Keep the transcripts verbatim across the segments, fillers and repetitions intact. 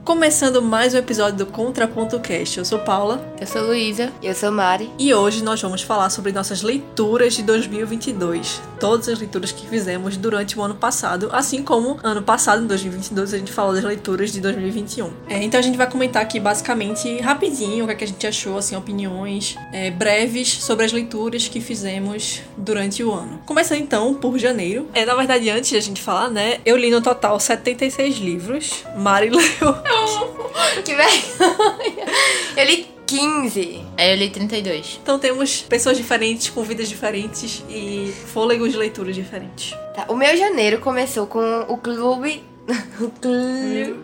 Começando mais um episódio do Contraponto Cast. Eu sou Paula. Eu sou Luísa. Eu sou Mari. E hoje nós vamos falar sobre nossas leituras de dois mil e vinte e dois. Todas as leituras que fizemos durante o ano passado, assim como ano passado, em dois mil e vinte e dois, a gente falou das leituras de dois mil e vinte e um. É, então a gente vai comentar aqui basicamente, rapidinho, o que, é que a gente achou, assim, opiniões é, breves sobre as leituras que fizemos durante o ano. Começando então por janeiro. É, na verdade, antes de a gente falar, né, eu li no total setenta e seis livros. Mari leu... Que vergonha! Eu li quinze. Aí eu li trinta e dois. Então temos pessoas diferentes, com vidas diferentes e fôlegos de leituras diferentes. Tá, o meu janeiro começou com o clube... o clube...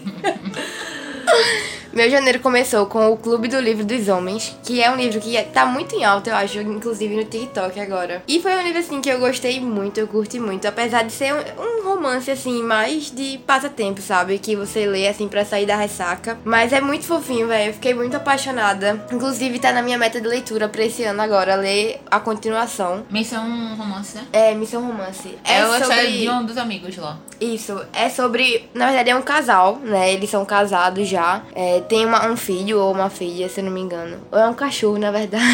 Meu janeiro começou com o Clube do Livro dos Homens, que é um livro que tá muito em alta, eu acho, inclusive no TikTok agora. E foi um livro, assim, que eu gostei muito, eu curti muito, apesar de ser um, um romance, assim, mais de passatempo, sabe? Que você lê, assim, pra sair da ressaca. Mas é muito fofinho, velho, eu fiquei muito apaixonada. Inclusive, tá na minha meta de leitura pra esse ano agora, ler a continuação. Missão Romance, né? É, Missão Romance. É, é a sobre... história de um dos amigos lá. Isso, é sobre... Na verdade, é um casal, né? Eles são casados já. É, tem uma, um filho ou uma filha, se eu não me engano. Ou é um cachorro, na verdade.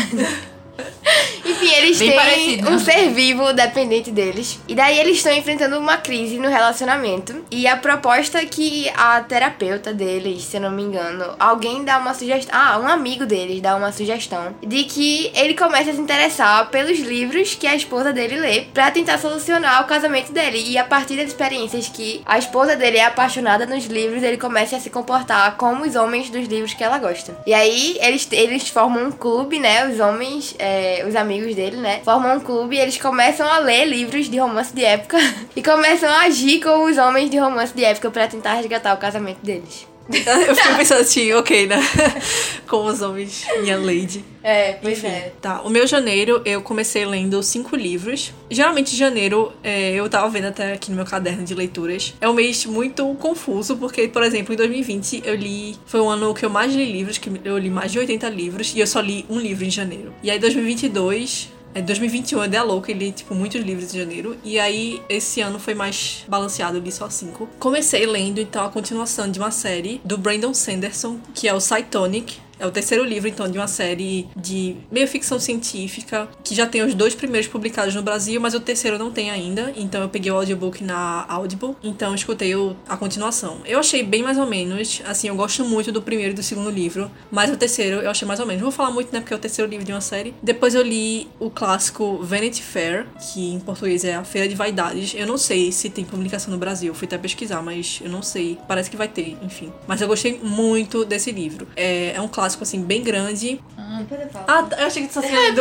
Enfim, eles Bem têm parecido. um ser vivo dependente deles. E daí eles estão enfrentando uma crise no relacionamento. E a proposta é que a terapeuta deles, se eu não me engano, alguém dá uma sugestão... Ah, um amigo deles dá uma sugestão de que ele comece a se interessar pelos livros que a esposa dele lê pra tentar solucionar o casamento dele. E a partir das experiências que a esposa dele é apaixonada nos livros, ele começa a se comportar como os homens dos livros que ela gosta. E aí eles, eles formam um clube, né? Os homens, é, os amigos dele, né, formam um clube e eles começam a ler livros de romance de época e começam a agir com os homens de romance de época pra tentar resgatar o casamento deles. Eu fiquei pensando assim, ok, né? Com os homens, minha lady. É, pois Enfim, é. Tá, o meu janeiro eu comecei lendo cinco livros. Geralmente janeiro, é, eu tava vendo até aqui no meu caderno de leituras, é um mês muito confuso, porque, por exemplo, em dois mil e vinte eu li, foi o ano que eu mais li livros, que eu li mais de oitenta livros, e eu só li um livro em janeiro. E aí dois mil e vinte e dois... É, dois mil e vinte e um eu dei a louca, eu li, tipo, muitos livros em janeiro. E aí, esse ano foi mais balanceado, eu li só cinco. Comecei lendo, então, a continuação de uma série do Brandon Sanderson, que é o Cytonic. É o terceiro livro, então, de uma série de meio ficção científica, que já tem os dois primeiros publicados no Brasil, mas o terceiro não tem ainda. Então eu peguei o audiobook na Audible, então eu escutei o, a continuação. Eu achei bem mais ou menos, assim, eu gosto muito do primeiro e do segundo livro, mas o terceiro eu achei mais ou menos. Não vou falar muito, né, porque é o terceiro livro de uma série. Depois eu li o clássico Vanity Fair, que em português é a Feira de Vaidades. Eu não sei se tem publicação no Brasil, fui até pesquisar, mas eu não sei. Parece que vai ter, enfim. Mas eu gostei muito desse livro. É, é um clássico assim, bem grande. Ah, depois eu falo. Ah, eu achei que tu estava É, falando do...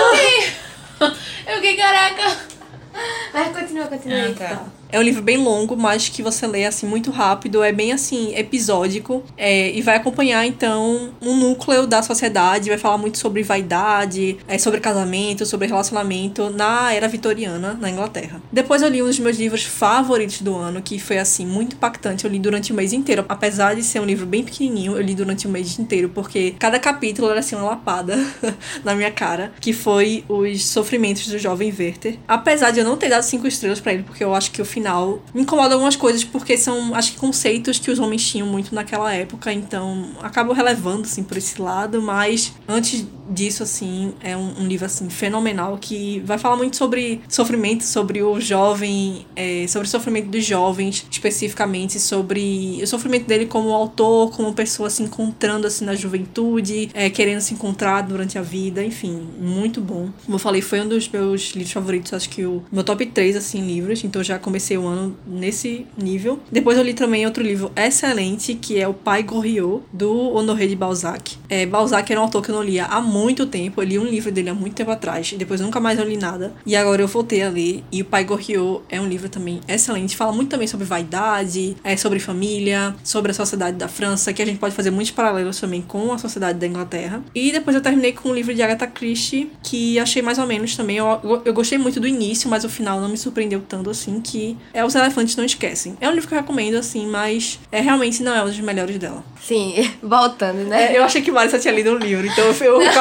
prisão! Eu fiquei, caraca! Mas continua, continua. Ah, tá. É um livro bem longo, mas que você lê, assim, muito rápido. É bem, assim, episódico. É, e vai acompanhar, então, um núcleo da sociedade. Vai falar muito sobre vaidade, é, sobre casamento, sobre relacionamento na era vitoriana, na Inglaterra. Depois eu li um dos meus livros favoritos do ano, que foi, assim, muito impactante. Eu li durante o mês inteiro. Apesar de ser um livro bem pequenininho, eu li durante o mês inteiro, porque cada capítulo era, assim, uma lapada na minha cara, que foi Os Sofrimentos do Jovem Werther. Apesar de eu não ter dado cinco estrelas pra ele, porque eu acho que o final me incomoda algumas coisas, porque são, acho que, conceitos que os homens tinham muito naquela época, então acabo relevando, assim, por esse lado, mas antes disso, assim, é um, um livro, assim, fenomenal, que vai falar muito sobre sofrimento, sobre o jovem, é, sobre o sofrimento dos jovens, especificamente sobre o sofrimento dele como autor, como pessoa se encontrando, assim, na juventude, é, querendo se encontrar durante a vida, enfim, muito bom. Como eu falei, foi um dos meus livros favoritos, acho que o meu top três, assim, livros, então já comecei o ano nesse nível. Depois eu li também outro livro excelente, que é O Pai Goriot, do Honoré de Balzac. É, Balzac era um autor que eu não lia há muito tempo, eu li um livro dele há muito tempo atrás, e depois nunca mais eu li nada, e agora eu voltei a ler, e O Pai Goriot é um livro também excelente, fala muito também sobre vaidade, é, sobre família, sobre a sociedade da França, que a gente pode fazer muitos paralelos também com a sociedade da Inglaterra. E depois eu terminei com um livro de Agatha Christie, que achei mais ou menos também, eu, eu gostei muito do início, mas o final não me surpreendeu tanto assim, que é Os Elefantes Não Esquecem. É um livro que eu recomendo, assim, mas é, realmente não é um dos melhores dela. Sim, voltando, né? É, eu achei que Mari só tinha lido um livro, então eu, eu acabei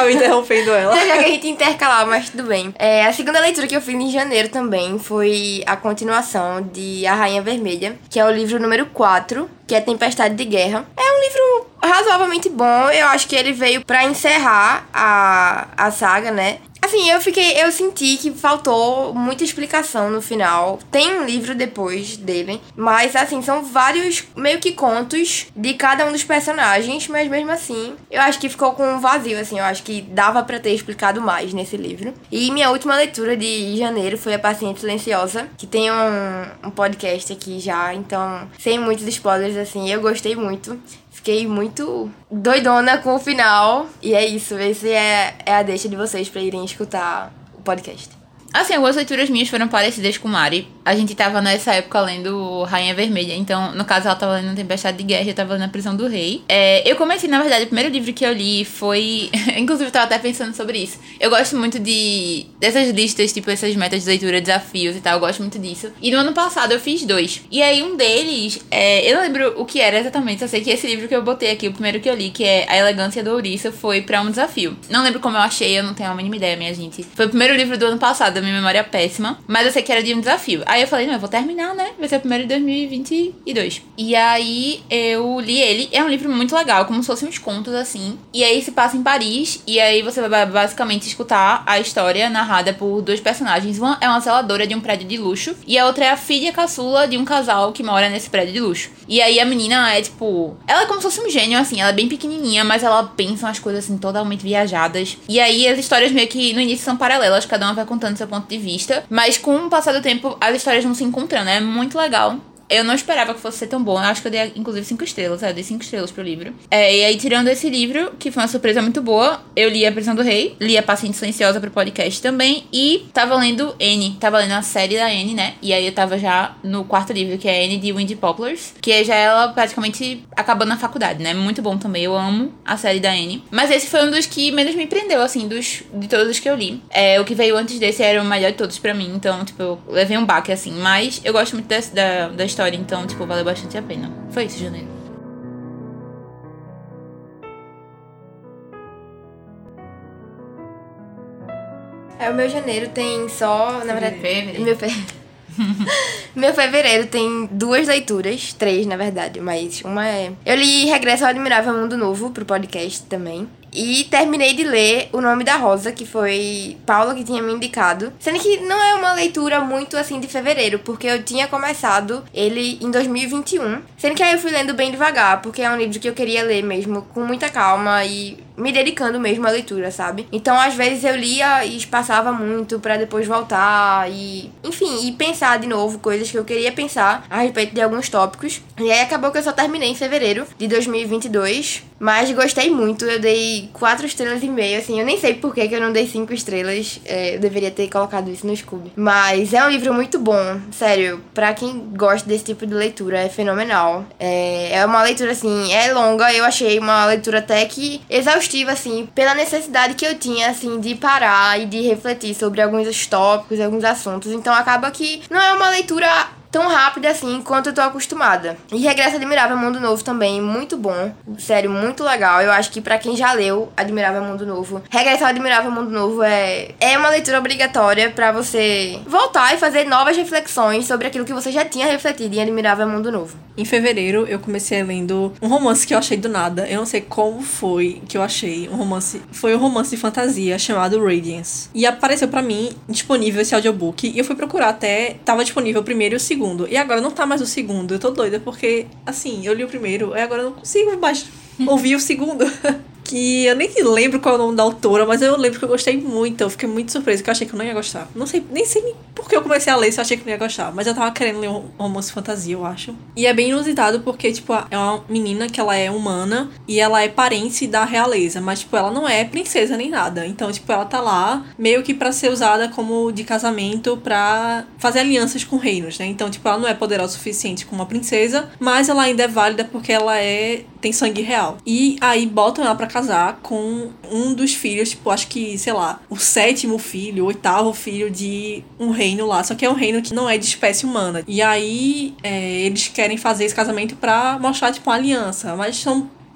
Eu interrompendo ela. Já que a gente intercalar, mas tudo bem. É, a segunda leitura que eu fiz em janeiro também foi a continuação de A Rainha Vermelha, que é o livro número quatro, que é Tempestade de Guerra. É um livro razoavelmente bom. Eu acho que ele veio pra encerrar a, a saga, né? Assim, eu fiquei, eu senti que faltou muita explicação no final. Tem um livro depois dele, mas assim, são vários meio que contos de cada um dos personagens, mas mesmo assim, eu acho que ficou com um vazio, assim, eu acho que dava pra ter explicado mais nesse livro. E minha última leitura de janeiro foi A Paciente Silenciosa, que tem um, um podcast aqui já, então, sem muitos spoilers, assim, eu gostei muito. Fiquei muito doidona com o final. E é isso, esse é, é a deixa de vocês pra irem escutar o podcast. Assim, algumas leituras minhas foram parecidas com Mari. A gente tava nessa época lendo Rainha Vermelha. Então, no caso, ela tava lendo Tempestade de Guerra e eu tava lendo A Prisão do Rei. É, eu comecei, na verdade, o primeiro livro que eu li foi... Inclusive, eu tava até pensando sobre isso. Eu gosto muito de... dessas listas, tipo, essas metas de leitura, desafios e tal. Eu gosto muito disso. E no ano passado eu fiz dois. E aí, um deles... É, eu não lembro o que era exatamente. Eu sei que esse livro que eu botei aqui, o primeiro que eu li, que é A Elegância do Ouriço, foi pra um desafio. Não lembro como eu achei, eu não tenho a mínima ideia, minha gente. Foi o primeiro livro do ano passado, a minha memória é péssima. Mas eu sei que era de um desafio. Aí eu falei, não, eu vou terminar, né? Vai ser o primeiro de dois mil e vinte e dois. E aí eu li ele. É um livro muito legal, como se fossem uns contos, assim. E aí se passa em Paris. E aí você vai basicamente escutar a história narrada por dois personagens. Uma é uma zeladora de um prédio de luxo. E a outra é a filha caçula de um casal que mora nesse prédio de luxo. E aí a menina é, tipo... ela é como se fosse um gênio, assim. Ela é bem pequenininha, mas ela pensa umas coisas, assim, totalmente viajadas. E aí as histórias meio que no início são paralelas. Cada uma vai contando seu ponto de vista. Mas com o passar do tempo, as histórias vão se encontrando. É muito legal. Eu não esperava que fosse ser tão bom. Eu acho que eu dei, inclusive, cinco estrelas. É, eu dei cinco estrelas pro livro. É, e aí, tirando esse livro, que foi uma surpresa muito boa, eu li A Prisão do Rei, li A Paciente Silenciosa pro podcast também, e tava lendo Anne. Tava lendo a série da Anne, né? E aí eu tava já no quarto livro, que é Anne de Wendy Poplars, que é já ela praticamente acabando na faculdade, né? Muito bom também. Eu amo a série da Anne. Mas esse foi um dos que menos me prendeu, assim, dos, de todos os que eu li. É, o que veio antes desse era o melhor de todos pra mim. Então, tipo, eu levei um baque, assim. Mas eu gosto muito desse, da, da história. Então, tipo, valeu bastante a pena. Foi isso, janeiro. É, o meu janeiro tem só, na verdade... Fevereiro. Meu, fe... meu fevereiro tem duas leituras, três, na verdade, mas uma é... Eu li Regresso ao Admirável Mundo Novo pro podcast também. E terminei de ler O Nome da Rosa, que foi Paula que tinha me indicado. Sendo que não é uma leitura muito, assim, de fevereiro, porque eu tinha começado ele em dois mil e vinte e um. Sendo que aí eu fui lendo bem devagar, porque é um livro que eu queria ler mesmo com muita calma e me dedicando mesmo à leitura, sabe? Então, às vezes eu lia e espaçava muito pra depois voltar e... enfim, e pensar de novo coisas que eu queria pensar a respeito de alguns tópicos. E aí acabou que eu só terminei em fevereiro de dois mil e vinte e dois. Mas gostei muito, eu dei quatro estrelas e meia, assim, eu nem sei por que que eu não dei cinco estrelas, é, eu deveria ter colocado isso no Scooby. Mas é um livro muito bom, sério, pra quem gosta desse tipo de leitura, é fenomenal. É, é uma leitura, assim, é longa, eu achei uma leitura até que exaustiva, assim, pela necessidade que eu tinha, assim, de parar e de refletir sobre alguns tópicos, alguns assuntos. Então acaba que não é uma leitura tão rápida assim quanto eu tô acostumada. E Regresso Admirável Mundo Novo também, muito bom. Sério, muito legal. Eu acho que pra quem já leu Admirável Mundo Novo, Regresso ao Admirável Mundo Novo é, é uma leitura obrigatória pra você voltar e fazer novas reflexões sobre aquilo que você já tinha refletido em Admirável Mundo Novo. Em fevereiro, eu comecei lendo um romance que eu achei do nada. Eu não sei como foi que eu achei um romance. Foi um romance de fantasia chamado Radiance. E apareceu pra mim disponível esse audiobook. E eu fui procurar até... Tava disponível o primeiro e o segundo. E agora não tá mais o segundo. Eu tô doida porque, assim, eu li o primeiro e agora eu não consigo mais ouvir o segundo. Que eu nem lembro qual é o nome da autora, mas eu lembro que eu gostei muito. Eu fiquei muito surpresa, que eu achei que eu não ia gostar. Não sei, nem sei por que eu comecei a ler se eu achei que eu não ia gostar. Mas eu tava querendo ler um romance de fantasia, eu acho. E é bem inusitado porque, tipo, é uma menina que ela é humana e ela é parente da realeza. Mas, tipo, ela não é princesa nem nada. Então, tipo, ela tá lá meio que pra ser usada como de casamento pra fazer alianças com reinos, né? Então, tipo, ela não é poderosa o suficiente como uma princesa, mas ela ainda é válida porque ela é... tem sangue real. E aí botam ela pra casar com um dos filhos, tipo, acho que, sei lá, o sétimo filho, o oitavo filho de um reino lá. Só que é um reino que não é de espécie humana. E aí, é, eles querem fazer esse casamento pra mostrar, tipo, uma aliança. Mas são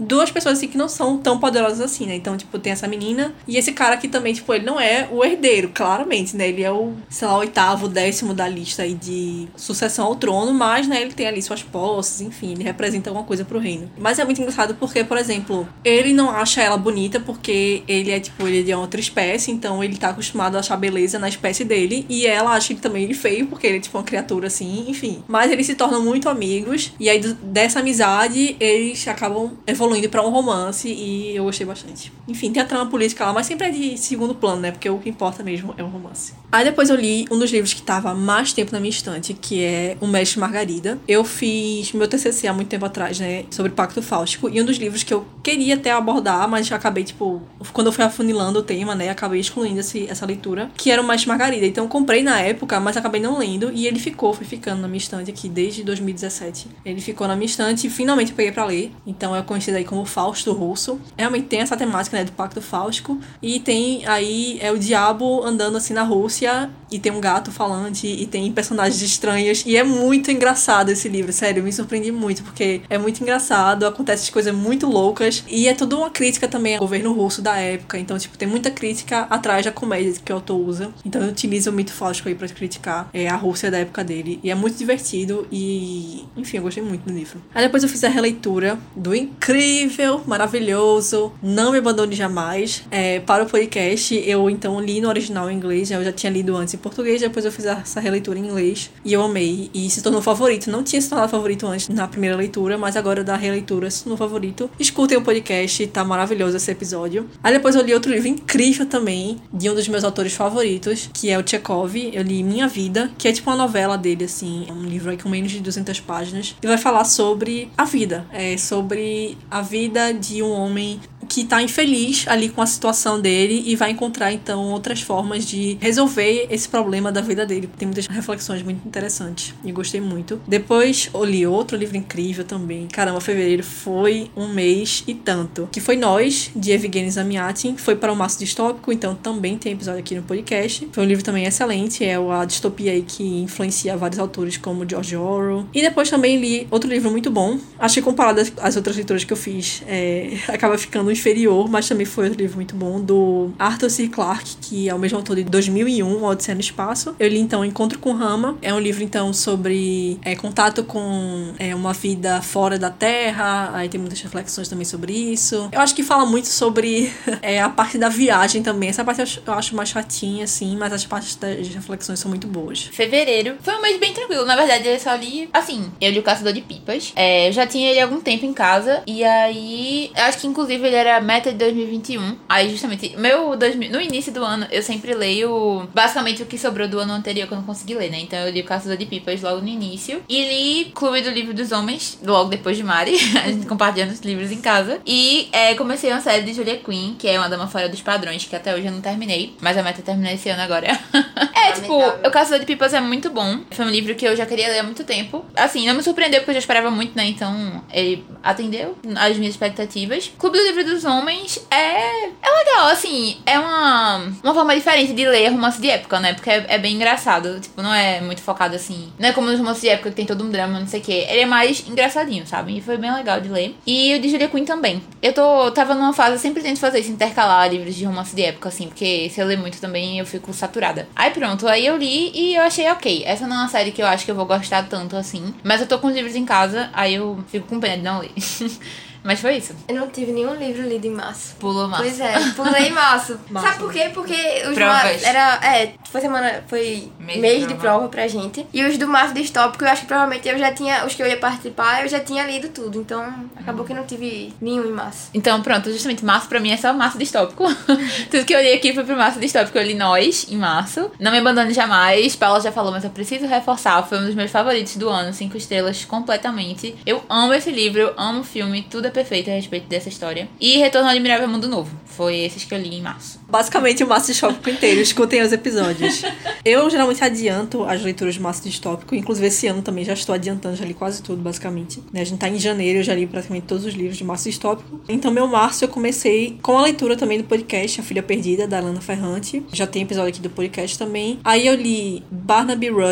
duas pessoas assim que não são tão poderosas assim, né? Então, tipo, tem essa menina e esse cara que também, tipo, ele não é o herdeiro, claramente, né? Ele é o, sei lá, o oitavo, décimo da lista aí de sucessão ao trono, mas, né, ele tem ali suas posses, enfim, ele representa alguma coisa pro reino. Mas é muito engraçado porque, por exemplo, ele não acha ela bonita porque ele é, tipo, ele é de outra espécie, então ele tá acostumado a achar beleza na espécie dele, e ela acha ele também ele feio porque ele é, tipo, uma criatura assim, enfim. Mas eles se tornam muito amigos, e aí dessa amizade eles acabam evoluindo pra um romance, e eu gostei bastante. Enfim, tem a trama política lá, mas sempre é de segundo plano, né? Porque o que importa mesmo é o romance. Aí depois eu li um dos livros que tava há mais tempo na minha estante, que é O Mestre Margarida. Eu fiz meu T C C há muito tempo atrás, né? Sobre Pacto Fáustico. E um dos livros que eu queria até abordar, mas acabei, tipo... Quando eu fui afunilando o tema, né? Acabei excluindo esse, essa leitura. Que era O Mestre Margarida. Então eu comprei na época, mas acabei não lendo. E ele ficou, foi ficando na minha estante aqui desde dois mil e dezessete. Ele ficou na minha estante e finalmente eu peguei pra ler. Então é conhecido aí como Fausto Russo. Realmente tem essa temática, né? Do Pacto Fáustico. E tem aí... É o diabo andando assim na Rússia. E tem um gato falante. E tem personagens estranhos. E é muito engraçado esse livro. Sério, eu me surpreendi muito. Porque é muito engraçado. Acontecem coisas muito loucas. E é tudo uma crítica também ao governo russo da época. Então, tipo, tem muita crítica atrás da comédia que o autor usa. Então, eu utilizo o mito fáustico aí pra criticar é, a Rússia da época dele. E é muito divertido. E, enfim, eu gostei muito do livro. Aí depois eu fiz a releitura do incrível, maravilhoso Não Me Abandone Jamais. É, para o podcast, eu então li no original em inglês. Eu já tinha lido antes em português. Depois eu fiz essa releitura em inglês. E eu amei. E se tornou favorito. Não tinha se tornado favorito antes na primeira leitura, mas agora da releitura se tornou favorito. Escutem o podcast, tá maravilhoso esse episódio. Aí depois eu li outro livro incrível também, de um dos meus autores favoritos, que é o Chekhov. Eu li Minha Vida, que é tipo uma novela dele, assim. É um livro aí com menos de duzentas páginas. E vai falar sobre a vida. É sobre a vida de um homem que tá infeliz ali com a situação dele e vai encontrar, então, outras formas de resolver esse problema da vida dele. Tem muitas reflexões muito interessantes e gostei muito. Depois eu li outro livro incrível também. Caramba, fevereiro foi um mês e tanto. Que foi Nós, de Evgeny Zamyatin. Foi para o Maço Distópico, então também tem episódio aqui no podcast. Foi um livro também excelente, é a distopia aí que influencia vários autores como George Orwell. E depois também li outro livro muito bom. Acho que comparado às outras leituras que eu fiz, é, acaba ficando inferior, mas também foi outro livro muito bom, do Arthur C. Clarke, que é o mesmo autor de dois mil e um, Odisseia no Espaço. Eu li, então, Encontro com Rama. É um livro, então, sobre é, contato com é, uma vida fora da Terra. Aí tem muitas reflexões também sobre isso. Eu acho que fala muito sobre é, a parte da viagem também. Essa parte eu acho, eu acho mais chatinha, assim, mas as partes das reflexões são muito boas. Fevereiro foi um mês bem tranquilo. Na verdade, eu só li... Assim, eu li O Caçador de Pipas. É, eu já tinha ele há algum tempo em casa. E aí... Eu acho que, inclusive, ele era meta de dois mil e vinte e um. Aí, justamente, meu dois mil, no início do ano, eu sempre leio basicamente o que sobrou do ano anterior que eu não consegui ler, né? Então eu li O Caçador de Pipas logo no início. E li Clube do Livro dos Homens, logo depois de Mari. A gente compartilhando os livros em casa. E é, comecei uma série de Julia Quinn, que é uma dama fora dos padrões, que até hoje eu não terminei. Mas a meta é terminar esse ano agora. É, tipo, O Caçador de Pipas é muito bom. Foi um livro que eu já queria ler há muito tempo. Assim, não me surpreendeu porque eu já esperava muito, né? Então ele atendeu às minhas expectativas. Clube do Livro dos Homens é... É legal, assim, é uma, uma forma diferente de ler romance de época, né? Porque é, é bem engraçado, tipo, não é muito focado assim... Não é como nos romances de época que tem todo um drama, não sei o quê. Ele é mais engraçadinho, sabe? E foi bem legal de ler. E o de Julia Quinn também. Eu tô, tava numa fase, eu sempre tento fazer isso, intercalar livros de romance de época, assim, porque se eu ler muito também eu fico saturada. Aí pronto, aí eu li e eu achei ok. Essa não é uma série que eu acho que eu vou gostar tanto, assim. Mas eu tô com os livros em casa, aí eu fico com pena de não ler. Mas foi isso. Eu não tive nenhum livro lido em março. Pulou março. Pois é, pulei em março. Março. Sabe por quê? Porque os Provas. ma- era, é, foi semana, foi Mês mês, de de, prova. prova pra gente. E os do março distópico, eu acho que provavelmente eu já tinha, os que eu ia participar, eu já tinha lido tudo. Então, acabou que não tive nenhum em março. Então, pronto, justamente março pra mim é só março distópico. Tudo que eu li aqui foi pro março distópico. Eu li Nós, em março. Não Me Abandone Jamais. Paula já falou, mas eu preciso reforçar. Foi um dos meus favoritos do ano. Cinco estrelas completamente. Eu amo esse livro, eu amo o filme. Tudo é perfeito a respeito dessa história. E Retorno ao Admirável Mundo Novo. Foi esses que eu li em março. Basicamente o Maço Distópico inteiro, escutem os episódios. Eu geralmente adianto as leituras do Maço Distópico, inclusive esse ano também já estou adiantando, já li quase tudo, basicamente. A gente tá em janeiro, eu já li praticamente todos os livros de Maço Distópico. Então, meu março eu comecei com a leitura também do podcast A Filha Perdida, da Alana Ferrante. Já tem episódio aqui do podcast também. Aí eu li Barnaby Rudge,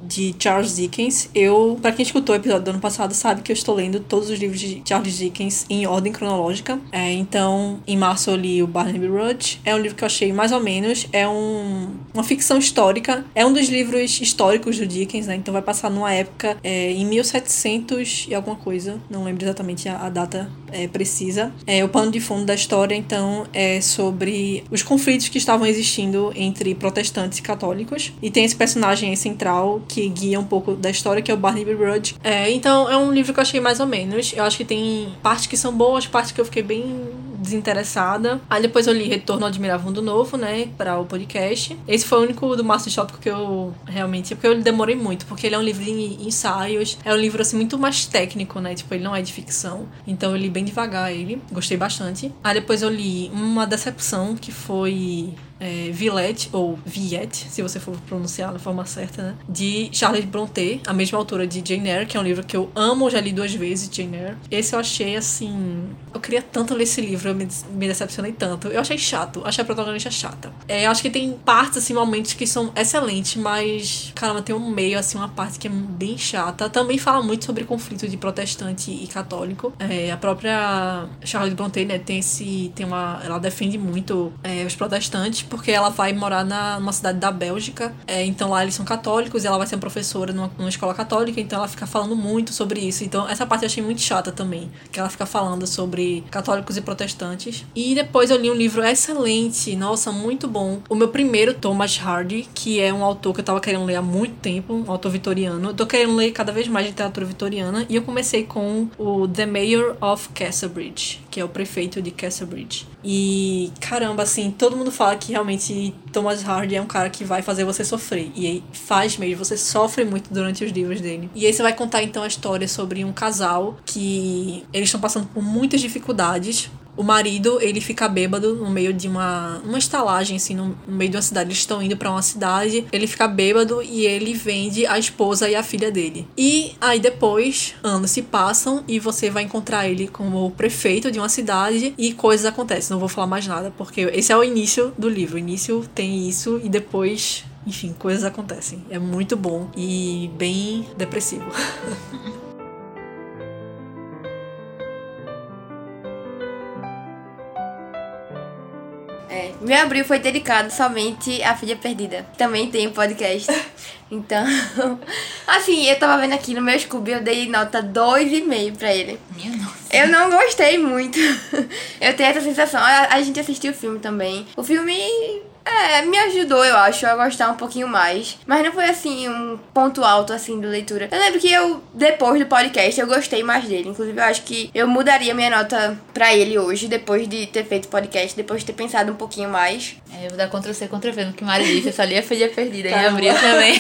de Charles Dickens. Eu, pra quem escutou o episódio do ano passado, sabe que eu estou lendo todos os livros de Charles Dickens em ordem cronológica. É, então, em março eu li o Barnaby Rudge. É um livro que eu achei mais ou menos. É um, uma ficção histórica. É um dos livros históricos do Dickens, né? Então vai passar numa época é, em mil e setecentos e alguma coisa. Não lembro exatamente a, a data é, precisa. É, o pano de fundo da história, então, é sobre os conflitos que estavam existindo entre protestantes e católicos. E tem esse personagem aí central que guia um pouco da história, que é o Barnaby Rudge. É, então, é um livro que eu achei mais ou menos. Eu acho que tem partes que são boas, partes que eu fiquei bem desinteressada. Aí depois eu li Retorno ao Admirável Mundo Novo, né, para o podcast. Esse foi o único do Márcio Tópico que eu realmente... Porque eu demorei muito, porque ele é um livro de ensaios. É um livro, assim, muito mais técnico, né, tipo, ele não é de ficção. Então eu li bem devagar ele. Gostei bastante. Aí depois eu li Uma Decepção, que foi... É, Villette, ou Viette, se você for pronunciar da forma certa, né? De Charlotte Brontë, a mesma autora de Jane Eyre, que é um livro que eu amo, já li duas vezes, Jane Eyre. Esse eu achei, assim... Eu queria tanto ler esse livro, eu me, me decepcionei tanto. Eu achei chato, achei a protagonista chata. É, eu acho que tem partes, assim, momentos que são excelentes, mas, caramba, tem um meio, assim, uma parte que é bem chata. Também fala muito sobre conflito de protestante e católico. É, a própria Charlotte Brontë, né, tem esse... Tem uma, ela defende muito é, os protestantes, porque ela vai morar na, numa cidade da Bélgica, é, então lá eles são católicos e ela vai ser uma professora numa, numa escola católica, então ela fica falando muito sobre isso. Então essa parte eu achei muito chata também, que ela fica falando sobre católicos e protestantes. E depois eu li um livro excelente, nossa, muito bom. O meu primeiro, Thomas Hardy, que é um autor que eu tava querendo ler há muito tempo, um autor vitoriano. Eu tô querendo ler cada vez mais literatura vitoriana, e eu comecei com o The Mayor of Casterbridge, que é o prefeito de Casterbridge. E, caramba, assim, todo mundo fala que realmente Thomas Hardy é um cara que vai fazer você sofrer. E faz mesmo, você sofre muito durante os livros dele. E aí você vai contar, então, a história sobre um casal que eles estão passando por muitas dificuldades. O marido, ele fica bêbado no meio de uma, uma estalagem, assim, no, no meio de uma cidade. Eles estão indo pra uma cidade, ele fica bêbado e ele vende a esposa e a filha dele. E aí depois, anos se passam e você vai encontrar ele como prefeito de uma cidade e coisas acontecem. Não vou falar mais nada, porque esse é o início do livro. O início tem isso e depois, enfim, coisas acontecem. É muito bom e bem depressivo. É, meu abril foi dedicado somente à Filha Perdida. Também tem um podcast. Então, assim, eu tava vendo aqui no meu Scooby, eu dei nota dois e meio pra ele. Minha nossa. Eu não gostei muito. Eu tenho essa sensação. A, a gente assistiu o filme também. O filme... É, me ajudou, eu acho, a gostar um pouquinho mais. Mas não foi, assim, um ponto alto, assim, de leitura. Eu lembro que eu, depois do podcast, eu gostei mais dele. Inclusive, eu acho que eu mudaria minha nota pra ele hoje, depois de ter feito o podcast, depois de ter pensado um pouquinho mais. É, eu vou dar Ctrl-C, Ctrl-V no que o Mari disse. Eu só li a Filha Perdida em abril também.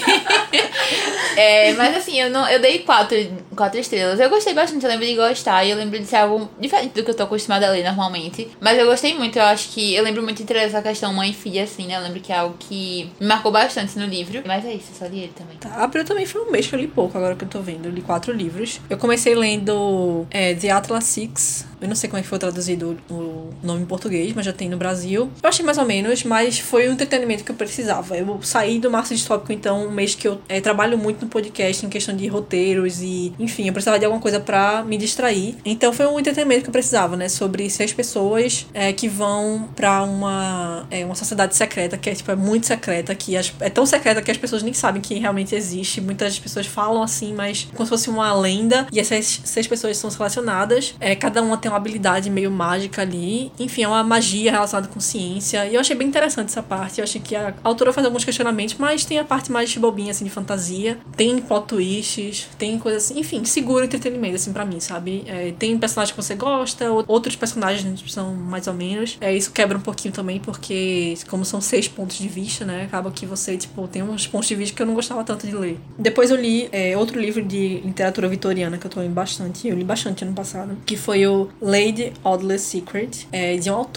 É, mas assim, eu, não, eu dei quatro, quatro estrelas. Eu gostei bastante, eu lembro de gostar. E eu lembro de ser algo diferente do que eu tô acostumada a ler normalmente. Mas eu gostei muito, eu acho que... Eu lembro muito de ter essa questão mãe e filha, assim, né? Eu lembro que é algo que me marcou bastante no livro. Mas é isso, eu só li ele também. Tá, abril também foi um mês que eu li pouco, agora que eu tô vendo. Eu li quatro livros. Eu comecei lendo é, The Atlas Six. Eu não sei como é que foi traduzido o nome em português, mas já tem no Brasil. Eu achei mais ou menos, mas foi o entretenimento que eu precisava. Eu saí do Márcio Distópico, então, um mês que eu é, trabalho muito no podcast em questão de roteiros e, enfim, eu precisava de alguma coisa pra me distrair. Então foi um entretenimento que eu precisava, né? Sobre seis pessoas é, que vão pra uma, é, uma sociedade secreta, que é, tipo, é muito secreta, que as, é tão secreta que as pessoas nem sabem que realmente existe. Muitas pessoas falam assim, mas como se fosse uma lenda. E essas seis pessoas são selecionadas. É, cada uma tem uma habilidade meio mágica ali. Enfim, é uma magia relacionada com ciência. E eu achei bem interessante essa parte. Eu achei que a autora faz alguns questionamentos, mas tem a parte mais bobinha, assim, de fantasia. Tem plot twists, tem coisas assim. Enfim, segura o entretenimento, assim, pra mim, sabe? É, tem personagens que você gosta, outros personagens são mais ou menos. É, isso quebra um pouquinho também, porque como são seis pontos de vista, né? Acaba que você, tipo, tem uns pontos de vista que eu não gostava tanto de ler. Depois eu li é, outro livro de literatura vitoriana que eu tô lendo bastante. Eu li bastante ano passado, que foi o Lady Audley's Secret, é, de uma autora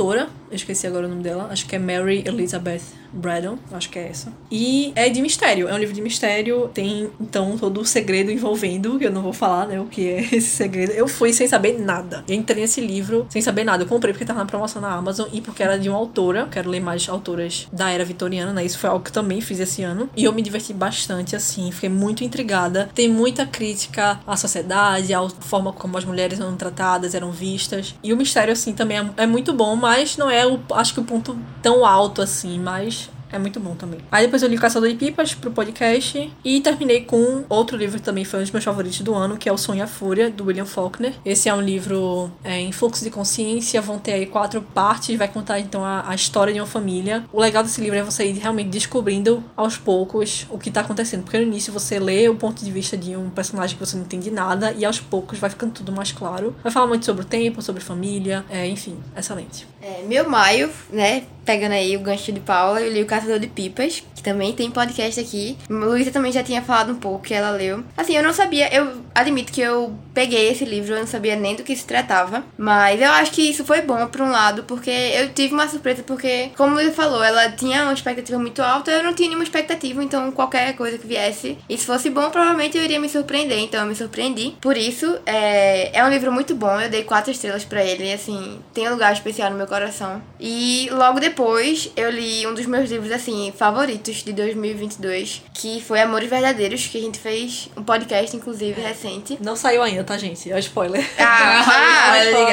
eu esqueci agora o nome dela, acho que é Mary Elizabeth Braddon, acho que é essa. E é de mistério, é um livro de mistério, tem então todo o segredo envolvendo, que eu não vou falar, né, o que é esse segredo. Eu fui sem saber nada. Eu entrei nesse livro sem saber nada. Eu comprei porque tava na promoção na Amazon e porque era de uma autora, quero ler mais autoras da era vitoriana, né, isso foi algo que eu também fiz esse ano. E eu me diverti bastante, assim, fiquei muito intrigada. Tem muita crítica à sociedade, à forma como as mulheres eram tratadas, eram vistas. E o mistério, assim, também é, é muito bom, mas não é, o, acho que o ponto tão alto, assim, mas é muito bom também. Aí depois eu li o Caçador de Pipas pro podcast e terminei com outro livro que também foi um dos meus favoritos do ano, que é O Sonho e a Fúria, do William Faulkner. Esse é um livro é, em fluxo de consciência, vão ter aí quatro partes, vai contar então a, a história de uma família. O legal desse livro é você ir realmente descobrindo aos poucos o que tá acontecendo, porque no início você lê o ponto de vista de um personagem que você não entende nada e aos poucos vai ficando tudo mais claro. Vai falar muito sobre o tempo, sobre família, é, enfim, excelente. É, meu maio, né, pegando aí o gancho de Paula, eu li o Caçador de Pipas, que também tem podcast aqui. Luísa também já tinha falado um pouco que ela leu. Assim, eu não sabia, eu admito que eu peguei esse livro, eu não sabia nem do que se tratava, mas eu acho que isso foi bom por um lado, porque eu tive uma surpresa, porque, como Luísa falou, ela tinha uma expectativa muito alta, eu não tinha nenhuma expectativa, então qualquer coisa que viesse, e se fosse bom, provavelmente eu iria me surpreender, então eu me surpreendi. Por isso, é, é um livro muito bom, eu dei quatro estrelas pra ele, assim, tem um lugar especial no meu coração. E logo depois, eu li um dos meus livros, assim, favoritos de dois mil e vinte e dois, que foi Amores Verdadeiros, que a gente fez um podcast, inclusive, recente. Não saiu ainda, tá, gente? É um spoiler. Ah, ah, é de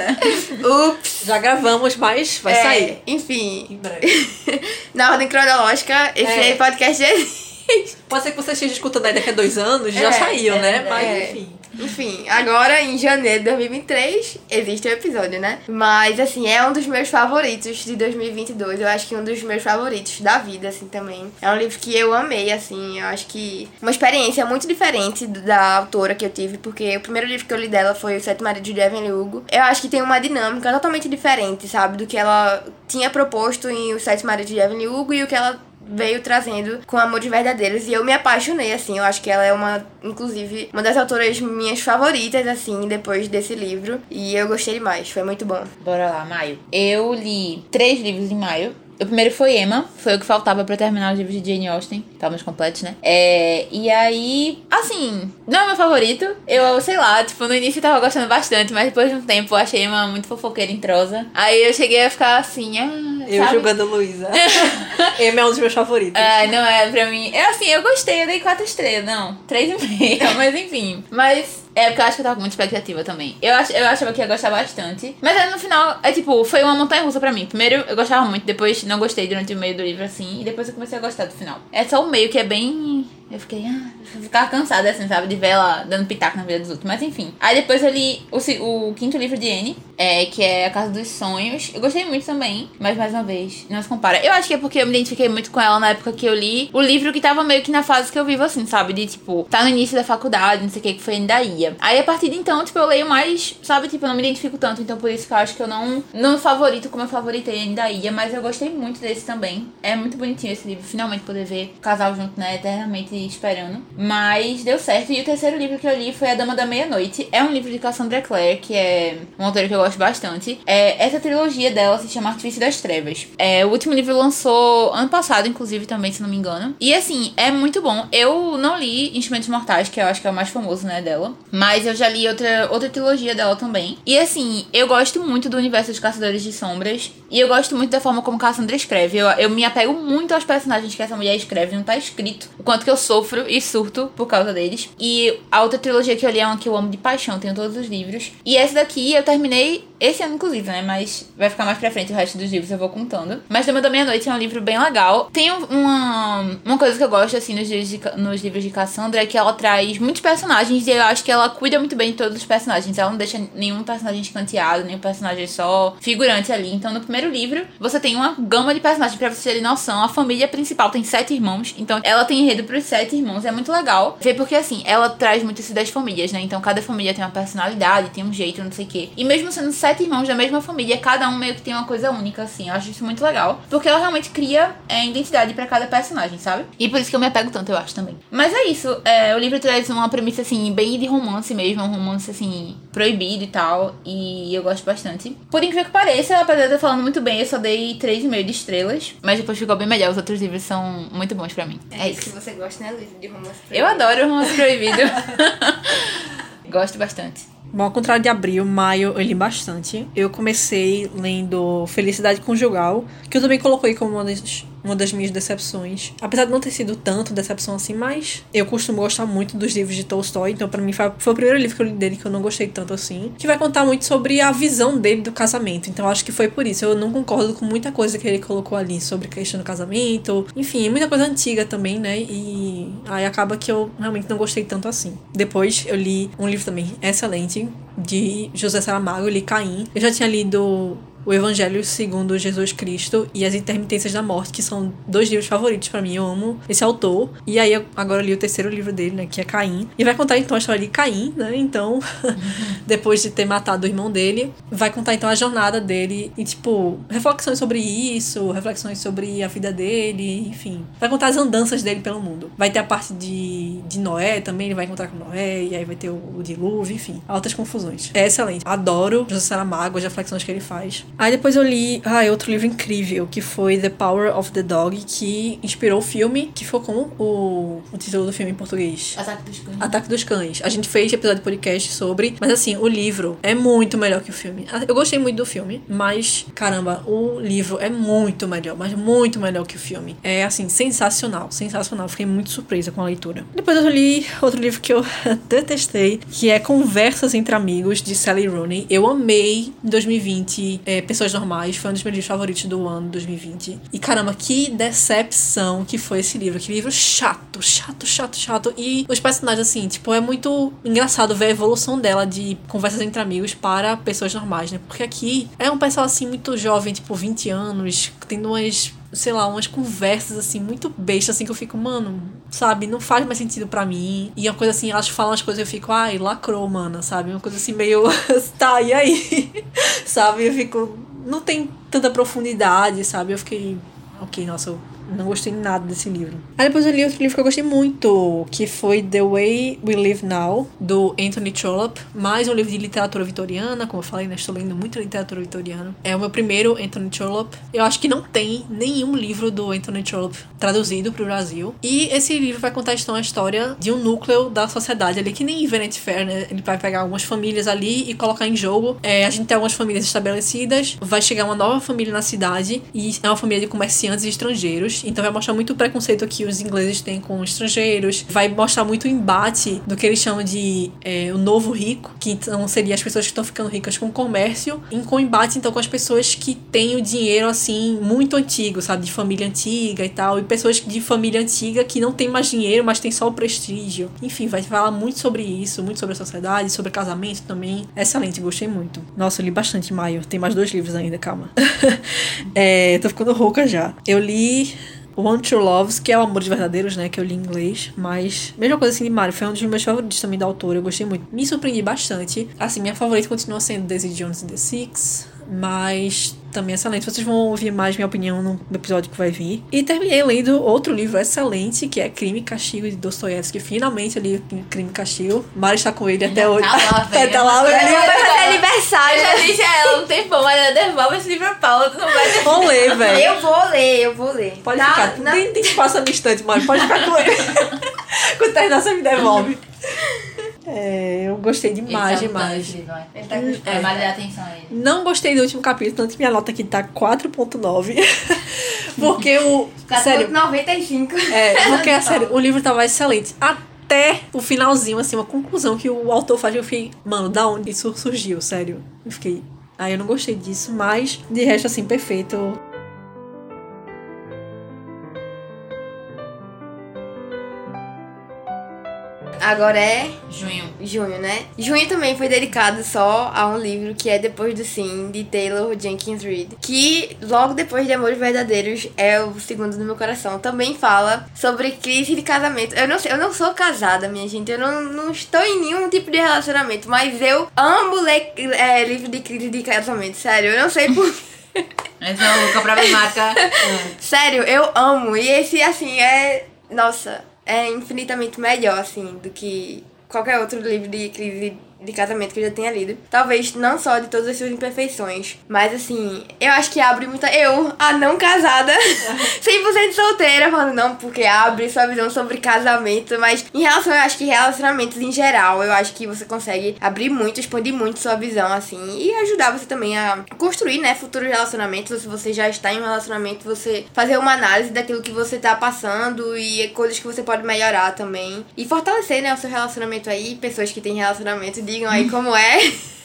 graça. Ups. Já gravamos, mas vai É, sair. enfim. Em breve. Na ordem cronológica, esse É. aí podcast já existe. Pode ser que você esteja escutando aí daqui a dois anos, já É, saiu, é, né? Mas, é. enfim. Enfim, agora em janeiro de dois mil e vinte e três existe o episódio, né? Mas, assim, é um dos meus favoritos de dois mil e vinte e dois. Eu acho que um dos meus favoritos da vida, assim, também. É um livro que eu amei, assim. Eu acho que uma experiência muito diferente da autora que eu tive, porque o primeiro livro que eu li dela foi O Sete Maridos de Evelyn Hugo. Eu acho que tem uma dinâmica totalmente diferente, sabe? Do que ela tinha proposto em Os Sete Maridos de Evelyn Hugo e o que ela veio trazendo com Amores Verdadeiros, e eu me apaixonei, assim, eu acho que ela é uma, inclusive, uma das autoras minhas favoritas, assim, depois desse livro, e eu gostei demais, foi muito bom. Bora lá, maio. Eu li três livros em maio. O primeiro foi Emma, foi o que faltava pra terminar os livros de Jane Austen. Estávamos completos, né? É, e aí, assim, não é meu favorito. Eu, sei lá, tipo, no início eu tava gostando bastante, mas depois de um tempo eu achei Emma muito fofoqueira e entrosa. Aí eu cheguei a ficar assim, ah, Eu sabe? julgando a Luísa. Emma é um dos meus favoritos. Ah, não é pra mim. É assim, eu gostei, eu dei quatro estrelas, não, três e meia, mas enfim. Mas é porque eu acho que eu tava com muita expectativa também. Eu, ach, eu achava que ia gostar bastante. Mas aí no final, é tipo, foi uma montanha russa pra mim. Primeiro eu gostava muito, depois não gostei durante o meio do livro, assim. E depois eu comecei a gostar do final. É só o meio que é bem... Eu fiquei, ah, eu ficava cansada, assim, sabe? De ver ela dando pitaco na vida dos outros. Mas enfim. Aí depois eu li o, o quinto livro de Anne, é, que é A Casa dos Sonhos. Eu gostei muito também, mas mais uma vez, não se compara. Eu acho que é porque eu me identifiquei muito com ela na época que eu li o livro que tava meio que na fase que eu vivo, assim, sabe? De, tipo, tá no início da faculdade, não sei o que, que foi ainda ia. Aí a partir de então, tipo, eu leio mais, sabe? Tipo, eu não me identifico tanto, então por isso que eu acho que eu não, não favorito como eu favoritei ainda ia. Mas eu gostei muito desse também. É muito bonitinho esse livro, finalmente poder ver o casal junto, né? Eternamente esperando. Mas deu certo. E o terceiro livro que eu li foi A Dama da Meia-Noite. É um livro de Cassandra Clare, que é uma autora que eu gosto bastante. É, essa trilogia dela se chama Artifício das Trevas. É, o último livro lançou ano passado, inclusive, também, se não me engano. E assim, é muito bom. Eu não li Instrumentos Mortais, que eu acho que é o mais famoso, né, dela. Mas eu já li outra, outra trilogia dela também. E assim, eu gosto muito do universo dos Caçadores de Sombras. E eu gosto muito da forma como Cassandra escreve. Eu, eu me apego muito aos personagens que essa mulher escreve. Não tá escrito o quanto que eu sofro e surto por causa deles. E a outra trilogia que eu li é uma que eu amo de paixão. Tenho todos os livros. E essa daqui eu terminei esse ano, inclusive, né? Mas vai ficar mais pra frente o resto dos livros, eu vou contando. Mas Dama da Meia-Noite é um livro bem legal. Tem uma, uma coisa que eu gosto, assim, nos livros, de, nos livros de Cassandra, é que ela traz muitos personagens e eu acho que ela cuida muito bem de todos os personagens. Ela não deixa nenhum personagem escanteado, nenhum personagem só figurante ali. Então, no primeiro livro, você tem uma gama de personagens pra você ter noção. A família principal tem sete irmãos, então ela tem enredo pros sete sete irmãos. É muito legal ver porque, assim, ela traz muito isso das famílias, né? Então, cada família tem uma personalidade, tem um jeito, não sei o quê. E mesmo sendo sete irmãos da mesma família, cada um meio que tem uma coisa única, assim. Eu acho isso muito legal. Porque ela realmente cria é, identidade pra cada personagem, sabe? E por isso que eu me apego tanto, eu acho, também. Mas é isso. É, o livro traz uma premissa, assim, bem de romance mesmo. Um romance, assim, proibido e tal. E eu gosto bastante. Por incrível que pareça, apesar de eu falando muito bem, eu só dei três e meio de estrelas. Mas depois ficou bem melhor. Os outros livros são muito bons pra mim. É, É isso isso. que você gosta, né, Luiz? De romance proibido. Eu adoro romance proibido. Gosto bastante. Bom, ao contrário de abril, maio eu li bastante. Eu comecei lendo Felicidade Conjugal, que eu também coloquei como uma das, uma das minhas decepções. Apesar de não ter sido tanto decepção assim, mas eu costumo gostar muito dos livros de Tolstói, então pra mim foi, foi o primeiro livro que eu li dele que eu não gostei tanto assim. Que vai contar muito sobre a visão dele do casamento, então acho que foi por isso. Eu não concordo com muita coisa que ele colocou ali sobre a questão do casamento. Enfim, muita coisa antiga também, né? E aí acaba que eu realmente não gostei tanto assim. Depois eu li um livro também excelente de José Saramago, eu li Caim. Eu já tinha lido O Evangelho segundo Jesus Cristo e As Intermitências da Morte, que são dois livros favoritos pra mim. Eu amo esse autor. E aí, eu agora li o terceiro livro dele, né, que é Caim. E vai contar, então, a história de Caim, né, então, depois de ter matado o irmão dele, vai contar, então, a jornada dele e, tipo, reflexões sobre isso, reflexões sobre a vida dele, enfim. Vai contar as andanças dele pelo mundo. Vai ter a parte de, de Noé também, ele vai encontrar com Noé, e aí vai ter o, o dilúvio, enfim. Altas confusões. É excelente. Adoro José Saramago, as reflexões que ele faz. Aí depois eu li ah, outro livro incrível, que foi The Power of the Dog, que inspirou o filme, que foi como o, o título do filme em português? Ataque dos Cães. Ataque dos Cães. A gente fez episódio de podcast sobre, mas assim, o livro é muito melhor que o filme. Eu gostei muito do filme, mas, caramba, o livro é muito melhor, mas muito melhor que o filme. É, assim, sensacional, sensacional. Fiquei muito surpresa com a leitura. Depois eu li outro livro que eu detestei, que é Conversas entre Amigos, de Sally Rooney. Eu amei em dois mil e vinte, é, Pessoas Normais, foi um dos meus livros favoritos do ano dois mil e vinte. E caramba, que decepção que foi esse livro. Que livro chato, chato, chato, chato. E os personagens, assim, tipo, é muito engraçado ver a evolução dela de Conversas entre Amigos para Pessoas Normais, né? Porque aqui é um pessoal, assim, muito jovem, tipo, vinte anos, tendo umas, sei lá, umas conversas, assim, muito bestas, assim, que eu fico, mano, sabe, não faz mais sentido pra mim. E uma coisa assim, elas falam as coisas e eu fico, ai, lacrou, mana, sabe? Uma coisa assim, meio, tá, e aí? Sabe? Eu fico, não tem tanta profundidade, sabe? Eu fiquei, ok, nossa, eu não gostei nada desse livro. Aí depois eu li outro livro que eu gostei muito, que foi The Way We Live Now, do Anthony Trollope. Mais um livro de literatura vitoriana, como eu falei, né? Estou lendo muito literatura vitoriana. É o meu primeiro Anthony Trollope. Eu acho que não tem nenhum livro do Anthony Trollope traduzido para o Brasil. E esse livro vai contar então a história de um núcleo da sociedade ali, que nem em Vanity Fair, né? Ele vai pegar algumas famílias ali e colocar em jogo. É, a gente tem algumas famílias estabelecidas, vai chegar uma nova família na cidade e é uma família de comerciantes e estrangeiros. Então vai mostrar muito o preconceito que os ingleses têm com estrangeiros. Vai mostrar muito o embate do que eles chamam de é, o novo rico, que então seria as pessoas que estão ficando ricas com o comércio, e com o embate então com as pessoas que têm o dinheiro assim muito antigo, sabe, de família antiga e tal, e pessoas de família antiga que não tem mais dinheiro, mas tem só o prestígio. Enfim, vai falar muito sobre isso, muito sobre a sociedade, sobre casamento também. Excelente, gostei muito. Nossa, eu li bastante em maio. Tem mais dois livros ainda, calma. é, tô ficando rouca já. Eu li One True Loves, que é o Amores Verdadeiros, né, que eu li em inglês, mas mesma coisa assim de Mario, foi um dos meus favoritos também da autora, eu gostei muito. Me surpreendi bastante. Assim, minha favorita continua sendo Daisy Jones and the Six, mas também excelente. Vocês vão ouvir mais minha opinião no episódio que vai vir. E terminei lendo outro livro excelente, que é Crime e Castigo, de Dostoiévski. Finalmente eu li Crime e Castigo. Mari está com ele até hoje. Tá lá, velho. Tá lá, Vai velho. fazer aniversário. Eu já disse a ela um tempão, mas ela devolve esse livro a Paula, tu não vai ter. Vamos ler, velho. Eu vou ler, eu vou ler. Pode Na- ficar. na- Nem tem espaço na minha estante, Mari. Pode ficar com ele. Quando terminar, você me devolve. É, eu gostei demais, Ele tá demais. esse livro, é. Ele tá com É, vale dar atenção a ele. Não gostei do último capítulo, tanto que minha nota aqui tá quatro ponto nove. Porque o... Sério, noventa e cinco. é, porque, sério, o livro tava excelente. Até o finalzinho, assim, uma conclusão que o autor faz, eu fiquei, mano, da onde isso surgiu, sério? Eu fiquei, aí eu não gostei disso, mas de resto, assim, perfeito. Agora é Junho. junho, né? Junho também foi dedicado só a um livro que é Depois do Sim, de Taylor Jenkins Reid, que logo depois de Amores Verdadeiros é o segundo do meu coração. Também fala sobre crise de casamento. Eu não sei, eu não sou casada, minha gente, eu não, não estou em nenhum tipo de relacionamento, mas eu amo ler é, livro de crise de casamento, sério, eu não sei por... Essa é uma louca problemática. Sério, eu amo, e esse, assim, é... Nossa, é infinitamente melhor, assim, do que qualquer outro livro de crise de casamento que eu já tenha lido. Talvez não só de todas as suas imperfeições, mas assim, eu acho que abre muita... Eu, a não casada, cem por cento solteira, falando não, porque abre sua visão sobre casamento, mas em relação, eu acho que relacionamentos em geral, eu acho que você consegue abrir muito, expandir muito sua visão, assim, e ajudar você também a construir, né, futuros relacionamentos, ou se você já está em um relacionamento, você fazer uma análise daquilo que você tá passando e coisas que você pode melhorar também. E fortalecer, né, o seu relacionamento aí, pessoas que têm relacionamento, digam aí como é.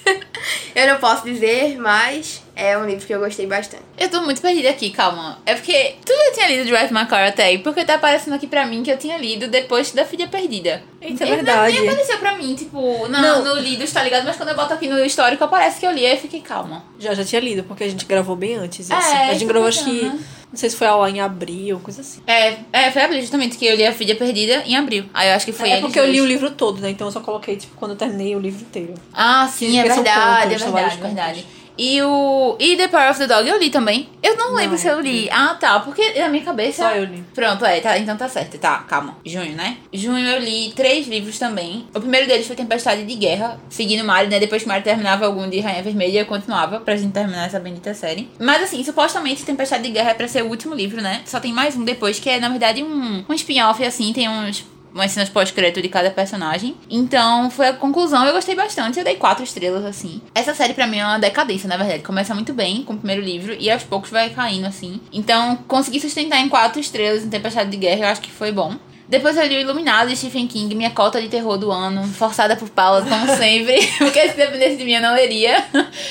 Eu não posso dizer, mas é um livro que eu gostei bastante. Eu tô muito perdida aqui, calma. É porque tu já tinha lido Drive My Car até aí, porque tá aparecendo aqui pra mim que eu tinha lido depois da Filha Perdida. Eita, é Ele verdade. Nem apareceu pra mim, tipo, na, Não. no lidos, tá ligado? Mas quando eu boto aqui no histórico, aparece que eu li, aí eu fiquei calma. Já, já tinha lido, porque a gente gravou bem antes. É, Assim. A gente isso gravou, é acho que... bacana. Não sei se foi ao ar em abril, coisa assim. É, é, foi abril justamente que eu li A Filha Perdida em abril. Aí eu acho que foi É eles porque eu li dois. o livro todo, né? Então eu só coloquei, tipo, quando eu terminei o livro inteiro. Ah, sim, é Porque são verdade, contos, é são verdade, vários verdade. E o... E The Power of the Dog eu li também. Eu não, Não, lembro se eu li. Ah, tá, porque na minha cabeça... Só eu li. Pronto, é, tá, então tá certo. Tá, calma. Junho, né? Junho eu li três livros também. O primeiro deles foi Tempestade de Guerra, seguindo Mari, né? Depois que Mari terminava algum de Rainha Vermelha, eu continuava pra gente terminar essa bendita série. Mas assim, supostamente Tempestade de Guerra é pra ser o último livro, né? Só tem mais um depois, que é na verdade um, um spin-off, assim, tem uns... umas cenas pós-crédito de cada personagem. Então, foi a conclusão. Eu gostei bastante. Eu dei quatro estrelas, assim. Essa série, pra mim, é uma decadência, na verdade. Começa muito bem com o primeiro livro e aos poucos vai caindo, assim. Então, conseguir sustentar em quatro estrelas em Tempestade de Guerra, eu acho que foi bom. Depois eu li o Iluminado de Stephen King, minha cota de terror do ano, forçada por Paula, como sempre, porque se dependesse de mim eu não leria.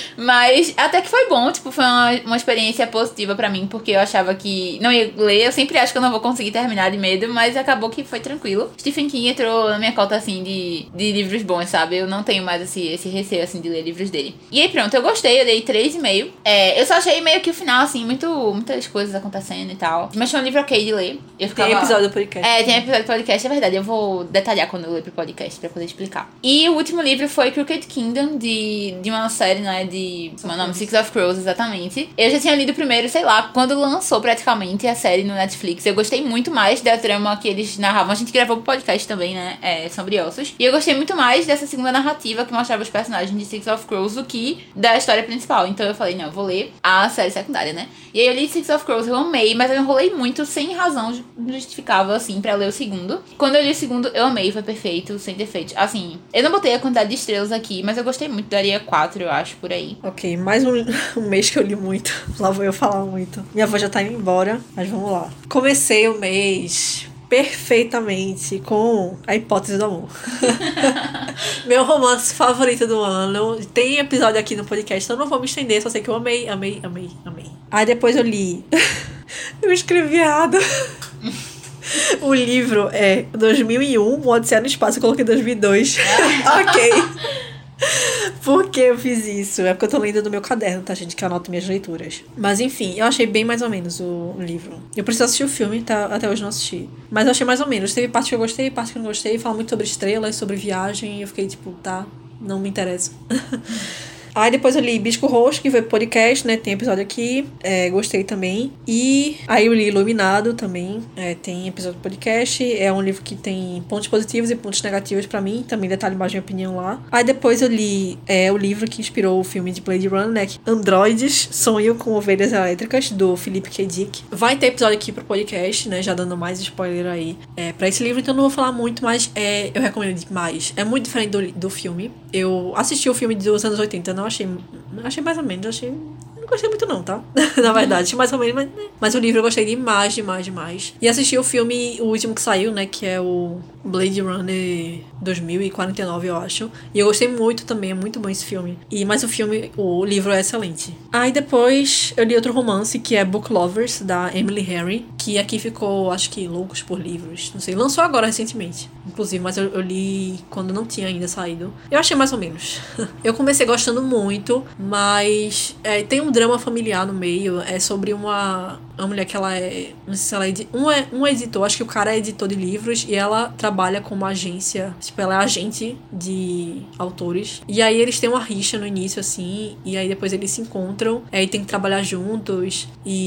Mas até que foi bom, tipo, foi uma, uma experiência positiva pra mim, porque eu achava que não ia ler, eu sempre acho que eu não vou conseguir terminar de medo, mas acabou que foi tranquilo. Stephen King entrou na minha cota, assim, de, de livros bons, sabe? Eu não tenho mais esse, esse receio, assim, de ler livros dele. E aí pronto, eu gostei, eu dei três e meio. É, eu só achei meio que o final, assim, muito, muitas coisas acontecendo e tal. Mas foi um livro ok de ler. Eu ficava... Tem episódio do podcast. É, tem episódio do podcast, é verdade. Eu vou detalhar quando eu ler pro podcast pra poder explicar. E o último livro foi Crooked Kingdom, de, de uma série, né, de... Como é o nome? Six of Crows, exatamente. Eu já tinha lido primeiro, sei lá, quando lançou praticamente a série no Netflix. Eu gostei muito mais da trama que eles narravam. A gente gravou pro podcast também, né, é, Sobre Ossos. E eu gostei muito mais dessa segunda narrativa que mostrava os personagens de Six of Crows do que da história principal. Então eu falei, não, eu vou ler a série secundária, né. E aí eu li Six of Crows, eu amei, mas eu enrolei muito, sem razão justificável, assim, pra ler o segundo. Quando eu li o segundo, eu amei, foi perfeito, sem defeitos. Assim, eu não botei a quantidade de estrelas aqui, mas eu gostei muito, daria quatro, eu acho, por aí. Ok, mais um, um mês que eu li muito. Lá vou eu falar muito. Minha avó já tá indo embora, mas vamos lá. Comecei o mês perfeitamente com A Hipótese do Amor. Meu romance favorito do ano. Tem episódio aqui no podcast, então eu não vou me estender, só sei que eu amei, amei, amei, amei. Aí depois eu li... eu escrevi errado. O livro é dois mil e um, O Odisseia no Espaço, eu coloquei dois mil e dois. Ok. Por que eu fiz isso? É porque eu tô lendo no meu caderno, tá, gente? Que eu anoto minhas leituras. Mas enfim, eu achei bem mais ou menos o, o livro. Eu preciso assistir o filme, tá? Até hoje não assisti. Mas eu achei mais ou menos. Teve parte que eu gostei, parte que eu não gostei. Fala muito sobre estrelas, sobre viagem. E eu fiquei tipo, tá, não me interessa. Aí depois eu li Bisco Roxo, que foi podcast, né? Tem episódio aqui. É, gostei também. E aí eu li Iluminado também. É, tem episódio do podcast. É um livro que tem pontos positivos e pontos negativos pra mim. Também detalhe mais minha opinião lá. Aí depois eu li é, o livro que inspirou o filme de Blade Runner, né? Androides, Sonho com Ovelhas Elétricas, do Philip K. Dick. Vai ter episódio aqui pro podcast, né? Já dando mais spoiler aí é, pra esse livro. Então eu não vou falar muito, mas é, eu recomendo demais. É muito diferente do, do filme. Eu assisti o filme dos anos oitenta, não achei... Achei mais ou menos, achei... Não gostei muito não, tá? Na verdade, mais ou menos, mas, mas o livro eu gostei demais, demais, demais. E assisti o filme, o último que saiu, né, que é o Blade Runner dois mil e quarenta e nove, eu acho. E eu gostei muito também, é muito bom esse filme. E, mas o filme, o livro é excelente. Aí depois eu li outro romance, que é Book Lovers, da Emily Henry, que aqui ficou, acho que, Loucos por Livros. Não sei, lançou agora recentemente, inclusive, mas eu, eu li quando não tinha ainda saído. Eu achei mais ou menos. Eu comecei gostando muito, mas é, tem um drama familiar no meio. É sobre uma, uma mulher que ela é, não sei se ela é, um, é um editor, acho que o cara é editor de livros, e ela trabalha com uma agência, tipo, ela é agente de autores. E aí eles têm uma rixa no início, assim, e aí depois eles se encontram, aí tem que trabalhar juntos,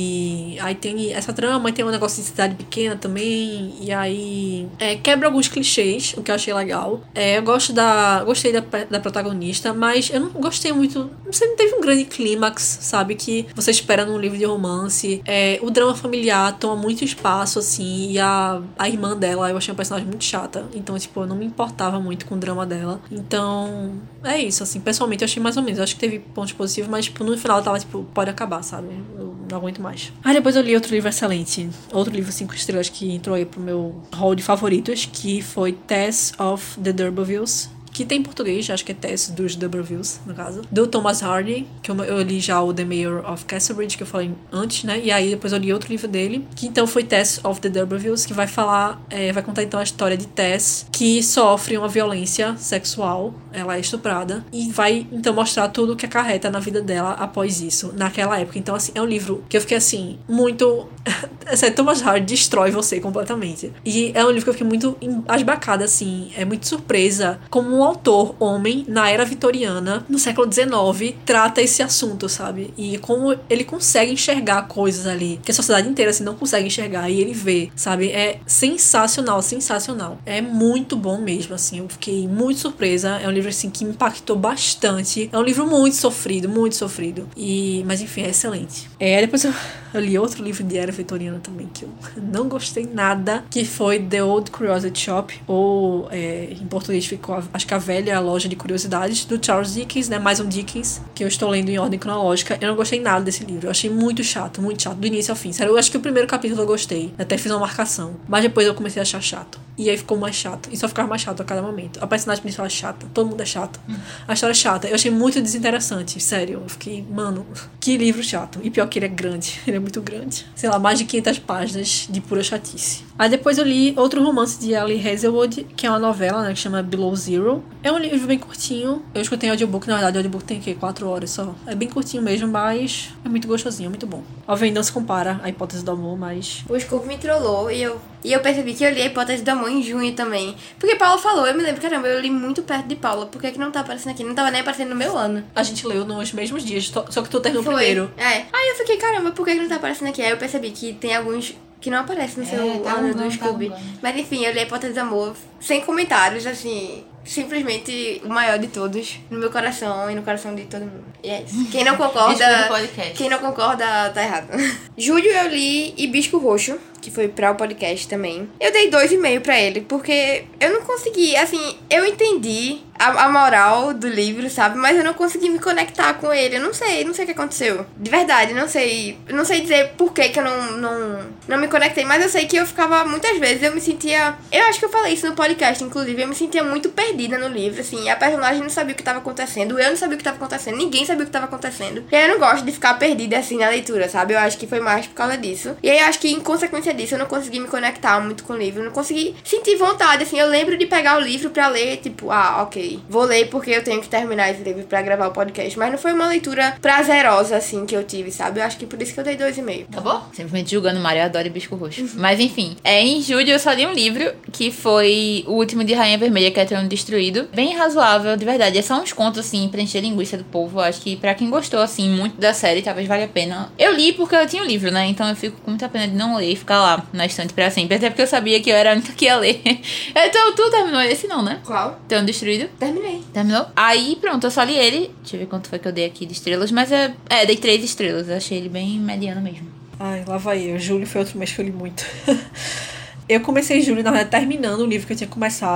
e aí tem essa trama, e tem um negócio de cidade pequena também, e aí é, quebra alguns clichês, o que eu achei legal. É, eu gosto da, gostei da, da protagonista, mas eu não gostei muito, não sei, não teve um grande clímax, sabe, que você espera num livro de romance. É, o drama familiar toma muito espaço, assim, e a, a irmã dela, eu achei uma personagem muito chata, então, tipo, eu não me importava muito com o drama dela. Então, é isso, assim, pessoalmente eu achei mais ou menos, eu acho que teve pontos positivos, mas, tipo, no final eu tava, tipo, pode acabar, sabe, eu não aguento mais. Aí depois eu li outro livro excelente, outro livro cinco estrelas que entrou aí pro meu hall de favoritos, que foi Tess of the D'Urbervilles, que tem em português, acho que é Tess dos D'Urbervilles, no caso, do Thomas Hardy, que eu, eu li já o The Mayor of Casterbridge, que eu falei antes, né, e aí depois eu li outro livro dele, que então foi Tess of the D'Urbervilles, que vai falar, é, vai contar então a história de Tess, que sofre uma violência sexual, ela é estuprada, e vai então mostrar tudo o que acarreta na vida dela após isso, naquela época. Então, assim, é um livro que eu fiquei, assim, muito... Sério, Thomas Hardy destrói você completamente. E é um livro que eu fiquei muito asbacada, assim, é muito surpresa como um autor, homem, na era vitoriana, no século dezenove, trata esse assunto, sabe? E como ele consegue enxergar coisas ali que a sociedade inteira, assim, não consegue enxergar, e ele vê, sabe? É sensacional, sensacional. É muito bom mesmo, assim, eu fiquei muito surpresa. É um livro, assim, que me impactou bastante. É um livro muito sofrido, muito sofrido. E, mas, enfim, é excelente. É, depois eu, eu li outro livro de era vitoriana também, que eu não gostei nada, que foi The Old Curiosity Shop, ou é, em português ficou, acho que a velha loja de curiosidades, do Charles Dickens, né, mais um Dickens, que eu estou lendo em ordem cronológica. Eu não gostei nada desse livro, eu achei muito chato, muito chato, do início ao fim, sério. Eu acho que o primeiro capítulo eu gostei, até fiz uma marcação, mas depois eu comecei a achar chato, e aí ficou mais chato, e só ficava mais chato a cada momento. A personagem principal é chata, todo mundo é chato, hum. a história é chata, eu achei muito desinteressante, sério, eu fiquei, mano, que livro chato, e pior que ele é grande, ele é muito grande, sei lá, mais de quinhentas páginas de pura chatice. Aí depois eu li outro romance de Ali Hazelwood, que é uma novela, né, que chama Below Zero. É um livro bem curtinho. Eu escutei audiobook, na verdade o audiobook tem o quê? Quatro horas só. É bem curtinho mesmo, mas é muito gostosinho, é muito bom. Obviamente não se compara à Hipótese do Amor, mas... O Scoop me trollou e eu, e eu percebi que eu li a Hipótese do Amor em junho também. Porque Paula falou, eu me lembro, caramba, eu li muito perto de Paula. Por que que não tá aparecendo aqui? Não tava nem aparecendo no meu ano. A gente leu nos mesmos dias, só que tu terminou Foi. primeiro. É. Aí eu fiquei, caramba, por que que não tá aparecendo aqui? Aí eu percebi que tem alguns... que não aparece no É, seu tá ano bom, do tá Scooby. bom. Mas enfim, eu li a Hipótese do Amor sem comentários, assim, simplesmente o maior de todos, no meu coração e no coração de todo mundo. E é isso. Quem não Escuta concorda, o podcast. quem não concorda tá errado. Julho eu li Hibisco Roxo, que foi pra o podcast também. Eu dei dois e meio pra ele, porque eu não consegui, assim, eu entendi a, a moral do livro, sabe? Mas eu não consegui me conectar com ele. Eu não sei, não sei o que aconteceu. De verdade, não sei. Não sei dizer por que que eu não, não, não me conectei, mas eu sei que eu ficava, muitas vezes, eu me sentia... Eu acho que eu falei isso no podcast, inclusive. Eu me sentia muito perdida no livro, assim. A personagem não sabia o que tava acontecendo, eu não sabia o que tava acontecendo, ninguém sabia o que tava acontecendo. E aí eu não gosto de ficar perdida, assim, na leitura, sabe? Eu acho que foi mais por causa disso. E aí eu acho que, em consequência disso, eu não consegui me conectar muito com o livro. Eu não consegui sentir vontade, assim. Eu lembro de pegar o livro pra ler, tipo, ah, ok, vou ler porque eu tenho que terminar esse livro pra gravar o podcast. Mas não foi uma leitura prazerosa, assim, que eu tive, sabe? Eu acho que por isso que eu dei dois e meio. Tá bom? Simplesmente julgando Mario, eu adoro Hibisco Roxo. Mas enfim, é, em julho eu só li um livro, que foi o último de Rainha Vermelha, que é Trono Destruído. Bem razoável, de verdade. É só uns contos, assim, pra encher a linguiça do povo. Eu acho que pra quem gostou, assim, muito da série, talvez valha a pena. Eu li porque eu tinha o livro, né? Então eu fico com muita pena de não ler e ficar lá na estante pra sempre. Até porque eu sabia que eu era a única que ia ler. Então tu terminou esse não, né? Qual? Trono Destruído. Terminei. Terminou? Aí pronto, eu só li ele. Deixa eu ver quanto foi que eu dei aqui de estrelas. Mas é, é dei três estrelas. Eu achei ele bem mediano mesmo. Ai, lá vai eu. Julho foi outro mês que eu li muito. Eu comecei em julho, na verdade, terminando o livro que eu tinha começado.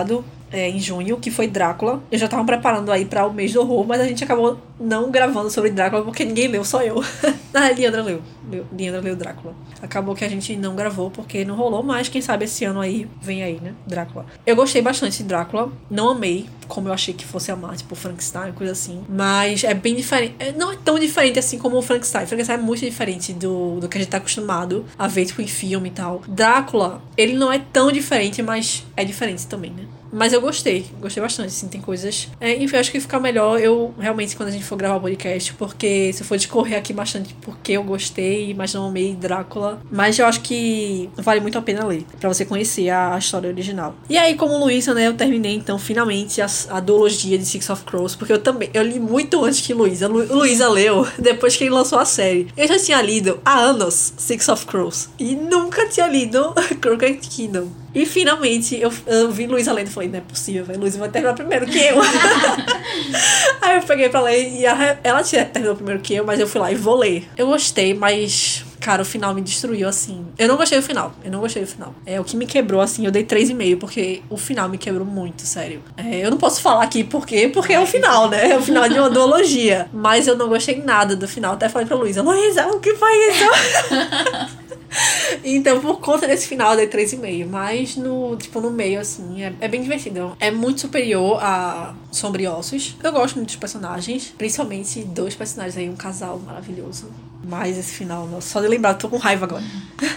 é, em junho, que foi Drácula. Eu já tava preparando aí pra o mês do horror, mas a gente acabou não gravando sobre Drácula, porque ninguém leu, só eu. Ah, Leandra leu. Leandra leu Drácula. Acabou que a gente não gravou, porque não rolou, mas quem sabe esse ano aí, vem aí, né, Drácula. Eu gostei bastante de Drácula, não amei, como eu achei que fosse amar, tipo Frankenstein, coisa assim. Mas é bem diferente, não é tão diferente assim como o Frankenstein. Frankenstein é muito diferente do, do que a gente tá acostumado a ver, tipo, em filme e tal. Drácula, ele não é tão diferente, mas é diferente também, né. Mas eu gostei, gostei bastante, assim, tem coisas... É, enfim, acho que fica melhor eu, realmente, quando a gente for gravar o podcast, porque se eu for discorrer aqui bastante porque eu gostei, mas não amei Drácula, mas eu acho que vale muito a pena ler, pra você conhecer a, a história original. E aí, como Luísa, né, eu terminei, então, finalmente, a, a duologia de Six of Crows, porque eu também, eu li muito antes que Luísa. Lu, Luísa leu depois que ele lançou a série. Eu já tinha lido há anos Six of Crows, e nunca tinha lido Crooked Kingdom. E finalmente eu, eu vi Luísa lendo e falei, não é possível, velho. Luísa vai terminar primeiro que eu. Aí eu peguei pra ler e a, ela tinha terminou primeiro que eu, mas eu fui lá e vou ler. Eu gostei, mas, cara, o final me destruiu, assim. Eu não gostei do final. Eu não gostei do final. É, o que me quebrou, assim, eu dei três e meio, porque o final me quebrou muito, sério. É, eu não posso falar aqui por quê, porque é o final, né? É o final de uma duologia. Mas eu não gostei nada do final. Até falei pra Luísa, Luísa, o que foi isso? Então, por conta desse final, eu dei três e meio. Mas, no, tipo, no meio, assim, é, é bem divertido. É muito superior a Sombriossos. Eu gosto muito dos personagens. Principalmente dois personagens aí, um casal maravilhoso. Mas esse final, nossa, só de lembrar, eu tô com raiva agora.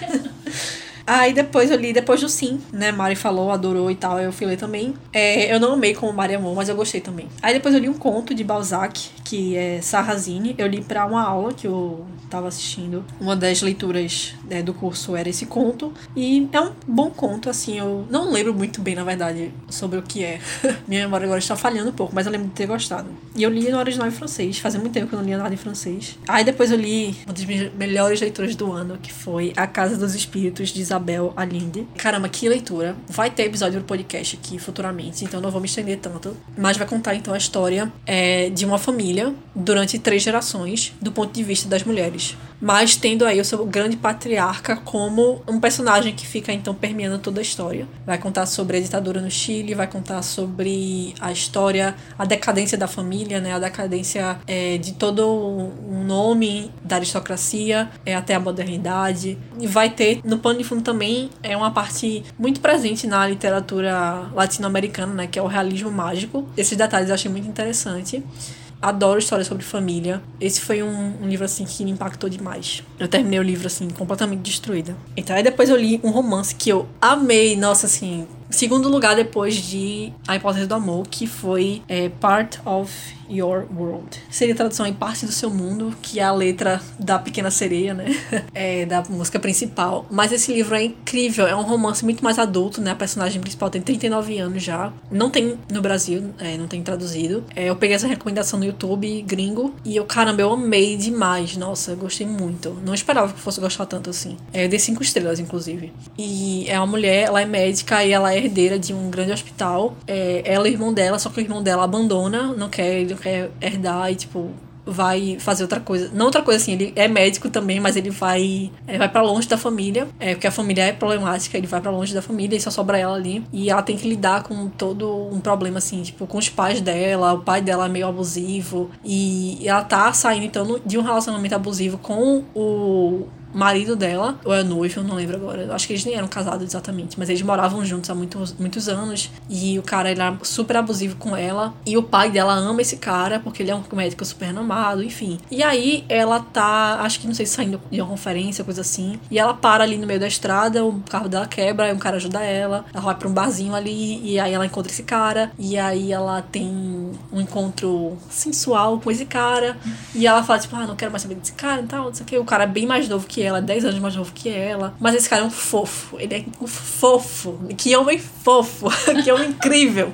Aí depois eu li, depois do Sim, né, Mari falou, adorou e tal, eu fui ler também. É, eu não amei como Mari amou, mas eu gostei também. Aí depois eu li um conto de Balzac, que é Sarrazine. Eu li pra uma aula que eu tava assistindo. Uma das leituras, né, do curso era esse conto. E é um bom conto, assim, eu não lembro muito bem, na verdade, sobre o que é. Minha memória agora está falhando um pouco, mas eu lembro de ter gostado. E eu li no original em francês, fazia muito tempo que eu não lia nada em francês. Aí depois eu li uma das minhas melhores leituras do ano, que foi A Casa dos Espíritos, de Isabel Allende. Caramba, que leitura. Vai ter episódio do podcast aqui futuramente, então não vou me estender tanto. Mas vai contar então a história é, de uma família durante três gerações, do ponto de vista das mulheres. Mas tendo aí o seu grande patriarca como um personagem que fica então permeando toda a história. Vai contar sobre a ditadura no Chile, vai contar sobre a história, a decadência da família, né? A decadência é, de todo o nome da aristocracia é, até a modernidade. E vai ter, no pano de fundo também, é uma parte muito presente na literatura latino-americana, né? Que é o realismo mágico. Esses detalhes eu achei muito interessante. Adoro histórias sobre família. Esse foi um, um livro, assim, que me impactou demais. Eu terminei o livro, assim, completamente destruída. Então, aí depois eu li um romance que eu amei. Nossa, assim... Segundo lugar depois de A Hipótese do Amor, que foi é, Part of Your World. Seria a tradução em Parte do Seu Mundo, que é a letra da Pequena Sereia, né? É, da música principal. Mas esse livro é incrível, é um romance muito mais adulto, né? A personagem principal tem trinta e nove anos já. Não tem no Brasil, é, não tem traduzido. É, eu peguei essa recomendação no YouTube, gringo, e eu, caramba, eu amei demais. Nossa, eu gostei muito. Não esperava que eu fosse gostar tanto assim. É, eu dei cinco estrelas, inclusive. E é uma mulher, ela é médica e ela é herdeira de um grande hospital. É, ela e o irmão dela, só que o irmão dela abandona, não quer, ele não quer herdar e, tipo, vai fazer outra coisa. Não outra coisa assim, ele é médico também, mas ele vai é, vai pra longe da família, é, porque a família é problemática, ele vai pra longe da família e só sobra ela ali. E ela tem que lidar com todo um problema, assim, tipo, com os pais dela, o pai dela é meio abusivo, e ela tá saindo, então, de um relacionamento abusivo com o marido dela, ou é noivo, eu não lembro agora, acho que eles nem eram casados exatamente, mas eles moravam juntos há muitos, muitos anos, e o cara ele era super abusivo com ela, e o pai dela ama esse cara, porque ele é um médico super renomado, enfim. E aí ela tá, acho que não sei, saindo de uma conferência, coisa assim, e ela para ali no meio da estrada, o carro dela quebra, aí um cara ajuda ela, ela vai pra um barzinho ali, e aí ela encontra esse cara, e aí ela tem um encontro sensual com esse cara, e ela fala, tipo, ah, não quero mais saber desse cara e tal, não sei o que, o cara é bem mais novo que ela, dez anos mais novo que ela, mas esse cara é um fofo, ele é um fofo, que homem fofo, que homem incrível.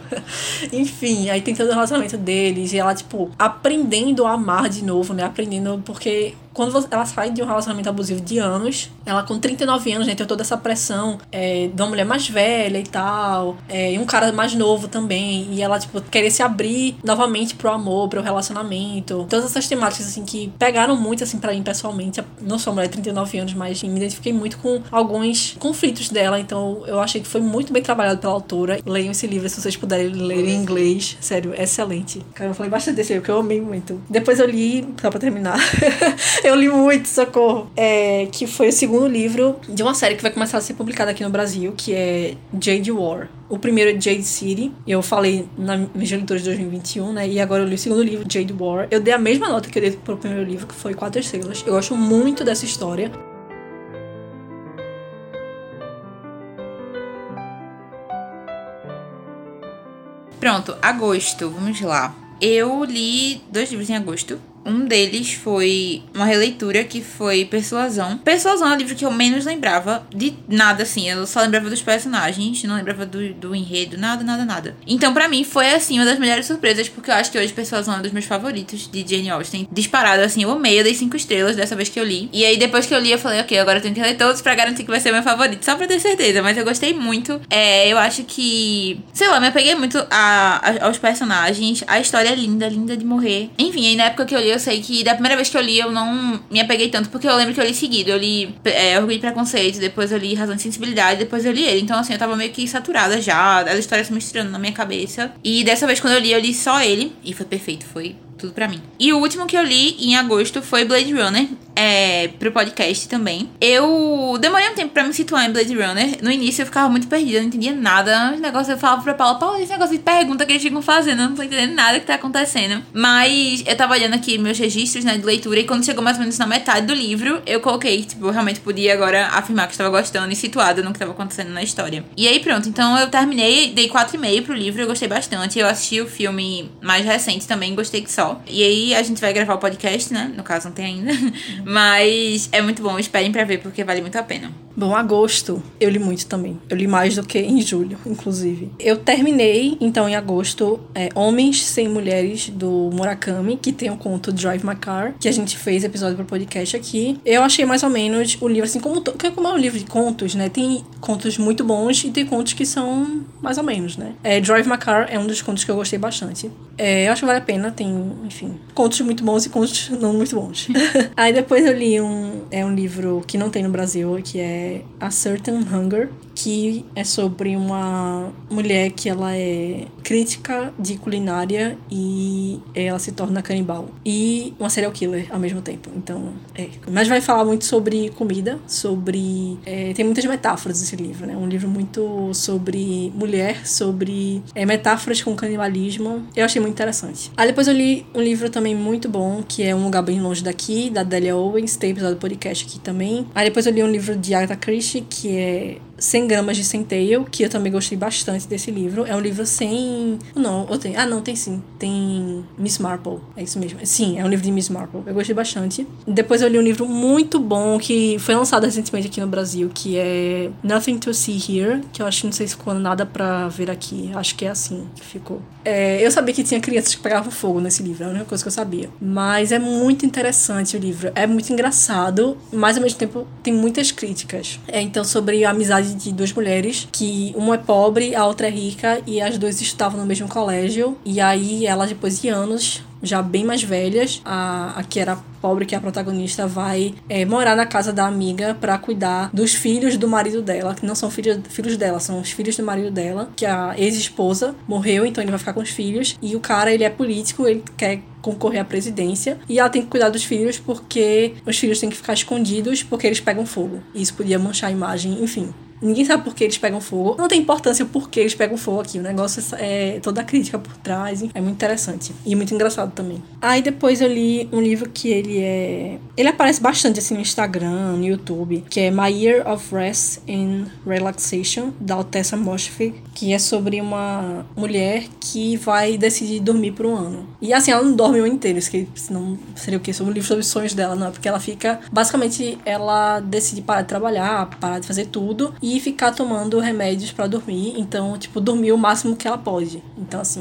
Enfim, aí tem todo o relacionamento deles, e ela, tipo, aprendendo a amar de novo, né, aprendendo, porque quando ela sai de um relacionamento abusivo de anos, ela com trinta e nove anos, né, tem toda essa pressão é, de uma mulher mais velha e tal, é, e um cara mais novo também, e ela, tipo, querer se abrir novamente pro amor, pro relacionamento. Todas essas temáticas, assim, que pegaram muito, assim, pra mim, pessoalmente. Não sou uma mulher de trinta e nove anos, mas me identifiquei muito com alguns conflitos dela, então eu achei que foi muito bem trabalhado pela autora. Leiam esse livro, se vocês puderem ler em inglês. Sério, excelente. Cara, eu falei bastante desse livro, que eu amei muito. Depois eu li, só pra terminar, eu li muito, socorro, é, que foi o segundo livro de uma série que vai começar a ser publicada aqui no Brasil, que é Jade War. O primeiro é Jade City, eu falei na minha leitura de dois mil e vinte e um, né? E agora eu li o segundo livro, Jade War. Eu dei a mesma nota que eu dei pro primeiro livro, que foi quatro estrelas. Eu gosto muito dessa história. Pronto, agosto, vamos lá. Eu li dois livros em agosto. Um deles foi uma releitura que foi Persuasão. Persuasão é o livro que eu menos lembrava de nada, assim. Eu só lembrava dos personagens, não lembrava do, do enredo, nada, nada, nada. Então, pra mim, foi, assim, uma das melhores surpresas, porque eu acho que hoje Persuasão é um dos meus favoritos de Jane Austen. Disparado, assim, eu amei, eu dei cinco estrelas dessa vez que eu li. E aí, depois que eu li, eu falei, ok, agora eu tenho que ler todos pra garantir que vai ser meu favorito, só pra ter certeza. Mas eu gostei muito. É, eu acho que, sei lá, me apeguei muito a, a, aos personagens. A história é linda, linda de morrer. Enfim, aí na época que eu li, eu sei que da primeira vez que eu li, eu não me apeguei tanto, porque eu lembro que eu li seguido. Eu li é, Orgulho e Preconceito, depois eu li Razão e Sensibilidade, depois eu li ele. Então, assim, eu tava meio que saturada já, as histórias se misturando na minha cabeça. E dessa vez, quando eu li, eu li só ele. E foi perfeito, foi tudo pra mim. E o último que eu li em agosto foi Blade Runner, é, pro podcast também. Eu demorei um tempo pra me situar em Blade Runner. No início eu ficava muito perdida, eu não entendia nada. Os negócios eu falava pra Paula, Paula, esse negócio de pergunta que eles ficam fazendo, eu não tô entendendo nada que tá acontecendo. Mas eu tava olhando aqui meus registros, né, de leitura, e quando chegou mais ou menos na metade do livro, eu coloquei, tipo, eu realmente podia agora afirmar que estava gostando e situada no que tava acontecendo na história. E aí pronto, então eu terminei, dei quatro e meio pro livro, eu gostei bastante. Eu assisti o filme mais recente também, gostei que só. E aí a gente vai gravar o podcast, né? No caso não tem ainda. Mas é muito bom, esperem pra ver, porque vale muito a pena. Bom, agosto eu li muito também. Eu li mais do que em julho, inclusive. Eu terminei, então, em agosto, é, Homens Sem Mulheres, do Murakami, que tem o conto Drive My Car, que a gente fez episódio pro podcast aqui. Eu achei mais ou menos o livro, assim, como, to- como é um livro de contos, né? Tem contos muito bons e tem contos que são mais ou menos, né? É, Drive My Car é um dos contos que eu gostei bastante. É, eu acho que vale a pena, tem, enfim, contos muito bons e contos não muito bons. Aí depois eu li um, é um livro que não tem no Brasil, que é A Certain Hunger, que é sobre uma mulher que ela é crítica de culinária e ela se torna canibal. E uma serial killer ao mesmo tempo. Então, é. Mas vai falar muito sobre comida, sobre... É, tem muitas metáforas esse livro, né? Um livro muito sobre mulher, sobre é, metáforas com canibalismo. Eu achei muito interessante. Aí depois eu li um livro também muito bom, que é Um Lugar Bem Longe Daqui, da Delia Owens. Tem episódio do podcast aqui também. Aí depois eu li um livro de Agatha Christie, que é cem gramas de Centeio, que eu também gostei bastante desse livro. É um livro sem... Não, ou tem... Ah, não, tem sim. Tem Miss Marple. É isso mesmo. Sim, é um livro de Miss Marple. Eu gostei bastante. Depois eu li um livro muito bom, que foi lançado recentemente aqui no Brasil, que é Nothing to See Here, que eu acho que não sei se ficou nada pra ver aqui. Acho que é assim que ficou. É, eu sabia que tinha crianças que pegavam fogo nesse livro. É a única coisa que eu sabia. Mas é muito interessante o livro. É muito engraçado, mas ao mesmo tempo tem muitas críticas. É, então, sobre a amizade de duas mulheres, que uma é pobre, a outra é rica, e as duas estavam no mesmo colégio, e aí elas, depois de anos, já bem mais velhas, a, a que era pobre, que é a protagonista, vai é, morar na casa da amiga pra cuidar dos filhos do marido dela, que não são filhos, filhos dela, são os filhos do marido dela, que a ex-esposa morreu, então ele vai ficar com os filhos, e o cara, ele é político, ele quer concorrer à presidência, e ela tem que cuidar dos filhos porque os filhos têm que ficar escondidos porque eles pegam fogo, e isso podia manchar a imagem, enfim. Ninguém sabe por que eles pegam fogo. Não tem importância por que eles pegam fogo aqui. O negócio é toda a crítica por trás. É muito interessante. E muito engraçado também. Aí depois eu li um livro que ele é... Ele aparece bastante assim no Instagram, no YouTube. Que é My Year of Rest and Relaxation, da Tessa Moshfegh. Que é sobre uma mulher que vai decidir dormir por um ano. E assim, ela não dorme o ano inteiro. Isso que senão seria o quê? Sobre um livro sobre sonhos dela. Não, é porque ela fica... Basicamente, ela decide parar de trabalhar, parar de fazer tudo... E ficar tomando remédios pra dormir. Então, tipo, dormir o máximo que ela pode. Então, assim,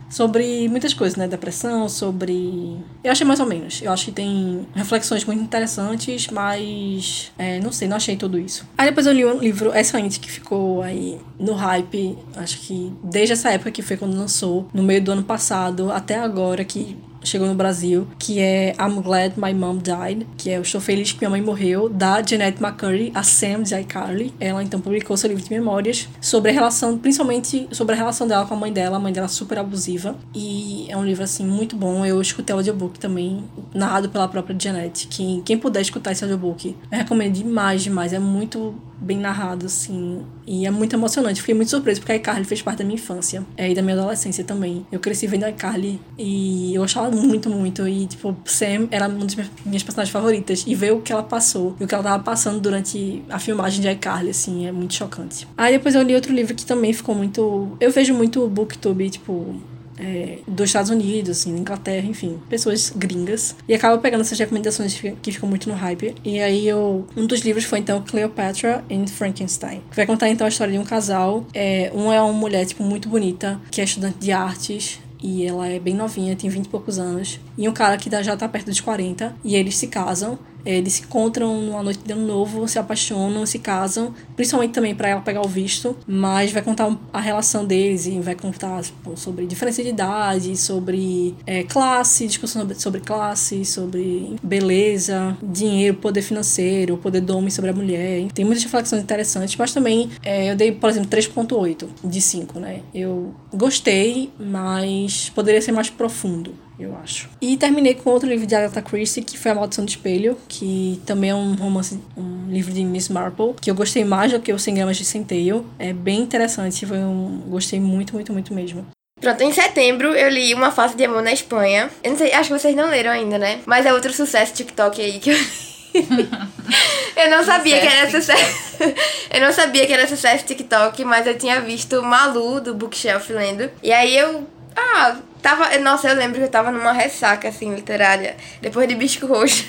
sobre muitas coisas, né? Depressão, sobre... Eu achei mais ou menos. Eu acho que tem reflexões muito interessantes, mas... É, não sei, não achei tudo isso. Aí depois eu li um livro excelente que ficou aí no hype, acho que desde essa época que foi quando lançou, no meio do ano passado, até agora, que chegou no Brasil, que é I'm Glad My Mom Died, que é Eu Estou Feliz que Minha Mãe Morreu, da Jeanette McCurry, a Sam de iCarly. Ela então publicou seu livro de memórias sobre a relação, principalmente sobre a relação dela com a mãe dela, a mãe dela super abusiva, e é um livro assim muito bom. Eu escutei o audiobook também, narrado pela própria Jeanette, que quem puder escutar esse audiobook, eu recomendo demais, demais, é muito bem narrado, assim, e é muito emocionante. Fiquei muito surpresa porque a iCarly fez parte da minha infância, é, e da minha adolescência também. Eu cresci vendo a iCarly e eu achava muito, muito, e tipo, Sam era uma das minhas personagens favoritas, e ver o que ela passou, e o que ela tava passando durante a filmagem de iCarly, assim, é muito chocante. Aí depois eu li outro livro que também ficou muito... Eu vejo muito booktube, tipo... É, dos Estados Unidos, assim, Inglaterra, enfim, pessoas gringas, e acaba pegando essas recomendações que ficam muito no hype. E aí eu, um dos livros foi então Cleopatra and Frankenstein, que vai contar então a história de um casal. É, um é uma mulher tipo muito bonita, que é estudante de artes, e ela é bem novinha, tem vinte e poucos anos, e um cara que já tá perto dos quarenta, e eles se casam. Eles se encontram numa noite de ano novo, se apaixonam, se casam, principalmente também para ela pegar o visto, mas vai contar a relação deles e vai contar tipo, sobre diferença de idade, sobre é, classe, discussão sobre, sobre classe, sobre beleza, dinheiro, poder financeiro, poder do homem sobre a mulher. Tem muitas reflexões interessantes, mas também é, eu dei, por exemplo, três ponto oito de cinco, né? Eu gostei, mas poderia ser mais profundo, eu acho. E terminei com outro livro de Agatha Christie, que foi A Maldição do Espelho, que também é um romance, um livro de Miss Marple, que eu gostei mais do que o cem gramas de Centeio. É bem interessante, foi um, gostei muito, muito, muito mesmo. Pronto, em setembro eu li Uma Face de Amor na Espanha. Eu não sei, acho que vocês não leram ainda, né? Mas é outro sucesso TikTok aí que eu Eu não sabia que era sucesso. Eu não sabia que era sucesso TikTok, mas eu tinha visto Malu do Bookshelf lendo. E aí eu... Ah, tava... Nossa, eu lembro que eu tava numa ressaca, assim, literária, depois de Bisco Roxo.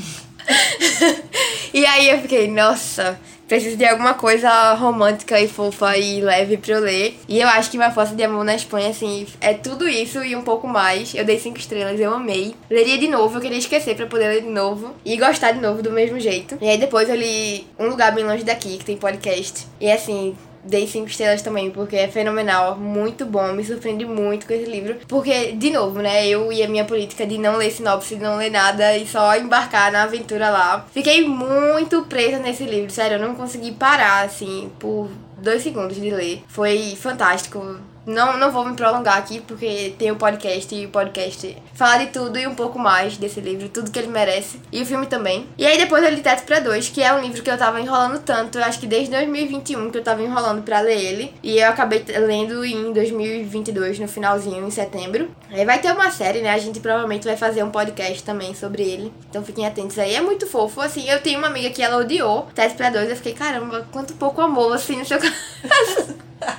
E aí eu fiquei, nossa, preciso de alguma coisa romântica e fofa e leve pra eu ler. E eu acho que Uma Face de Amor na Espanha, assim, é tudo isso e um pouco mais. Eu dei cinco estrelas, eu amei. Leria de novo, eu queria esquecer pra poder ler de novo e gostar de novo do mesmo jeito. E aí depois eu li Um Lugar Bem Longe Daqui, que tem podcast. E assim... Dei cinco estrelas também, porque é fenomenal, muito bom, me surpreendi muito com esse livro. Porque, de novo, né, eu e a minha política de não ler sinopse, de não ler nada e só embarcar na aventura lá. Fiquei muito presa nesse livro, sério, eu não consegui parar, assim, por dois segundos de ler. Foi fantástico. Não, não vou me prolongar aqui, porque tem o podcast, e o podcast fala de tudo e um pouco mais desse livro, tudo que ele merece. E o filme também. E aí depois eu li Teto pra Dois, que é um livro que eu tava enrolando tanto, eu acho que desde dois mil e vinte e um que eu tava enrolando pra ler ele. E eu acabei lendo em dois mil e vinte e dois, no finalzinho, em setembro. Aí vai ter uma série, né? A gente provavelmente vai fazer um podcast também sobre ele. Então fiquem atentos aí. É muito fofo, assim, eu tenho uma amiga que ela odiou Teto pra Dois, eu fiquei, caramba, quanto pouco amor, assim, no seu caso.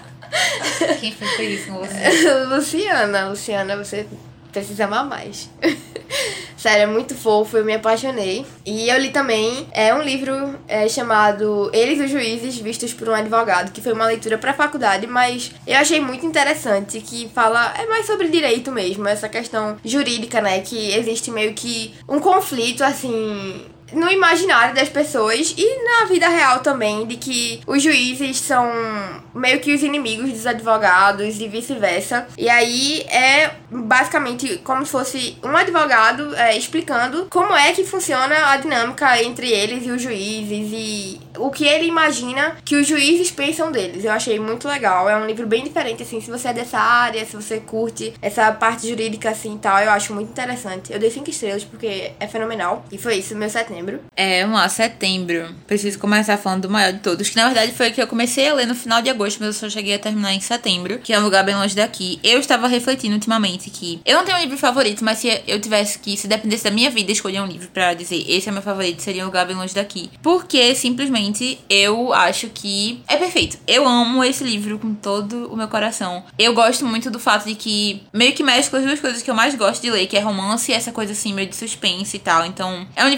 Quem foi que fez isso com você? Luciana, Luciana, você precisa amar mais. Sério, é muito fofo, eu me apaixonei. E eu li também é um livro é, chamado Eles os Juízes Vistos por um Advogado, que foi uma leitura pra faculdade, mas eu achei muito interessante, que fala, é mais sobre direito mesmo, essa questão jurídica, né, que existe meio que um conflito, assim... no imaginário das pessoas e na vida real também, de que os juízes são meio que os inimigos dos advogados e vice-versa. E aí é basicamente como se fosse um advogado é, explicando como é que funciona a dinâmica entre eles e os juízes e o que ele imagina que os juízes pensam deles. Eu achei muito legal, é um livro bem diferente, assim, se você é dessa área, se você curte essa parte jurídica assim e tal, eu acho muito interessante. Eu dei cinco estrelas porque é fenomenal. E foi isso, meu setembro. É, vamos lá, setembro. Preciso começar falando do maior de todos, que na verdade foi o que eu comecei a ler no final de agosto, mas eu só cheguei a terminar em setembro, que é Um Lugar Bem Longe Daqui. Eu estava refletindo ultimamente que eu não tenho um livro favorito, mas se eu tivesse que, se dependesse da minha vida, escolher um livro pra dizer esse é meu favorito, seria Um Lugar Bem Longe Daqui. Porque, simplesmente, eu acho que é perfeito. Eu amo esse livro com todo o meu coração. Eu gosto muito do fato de que meio que mescla as duas coisas que eu mais gosto de ler, que é romance e essa coisa assim, meio de suspense e tal. Então, é um livro muito bem escrito.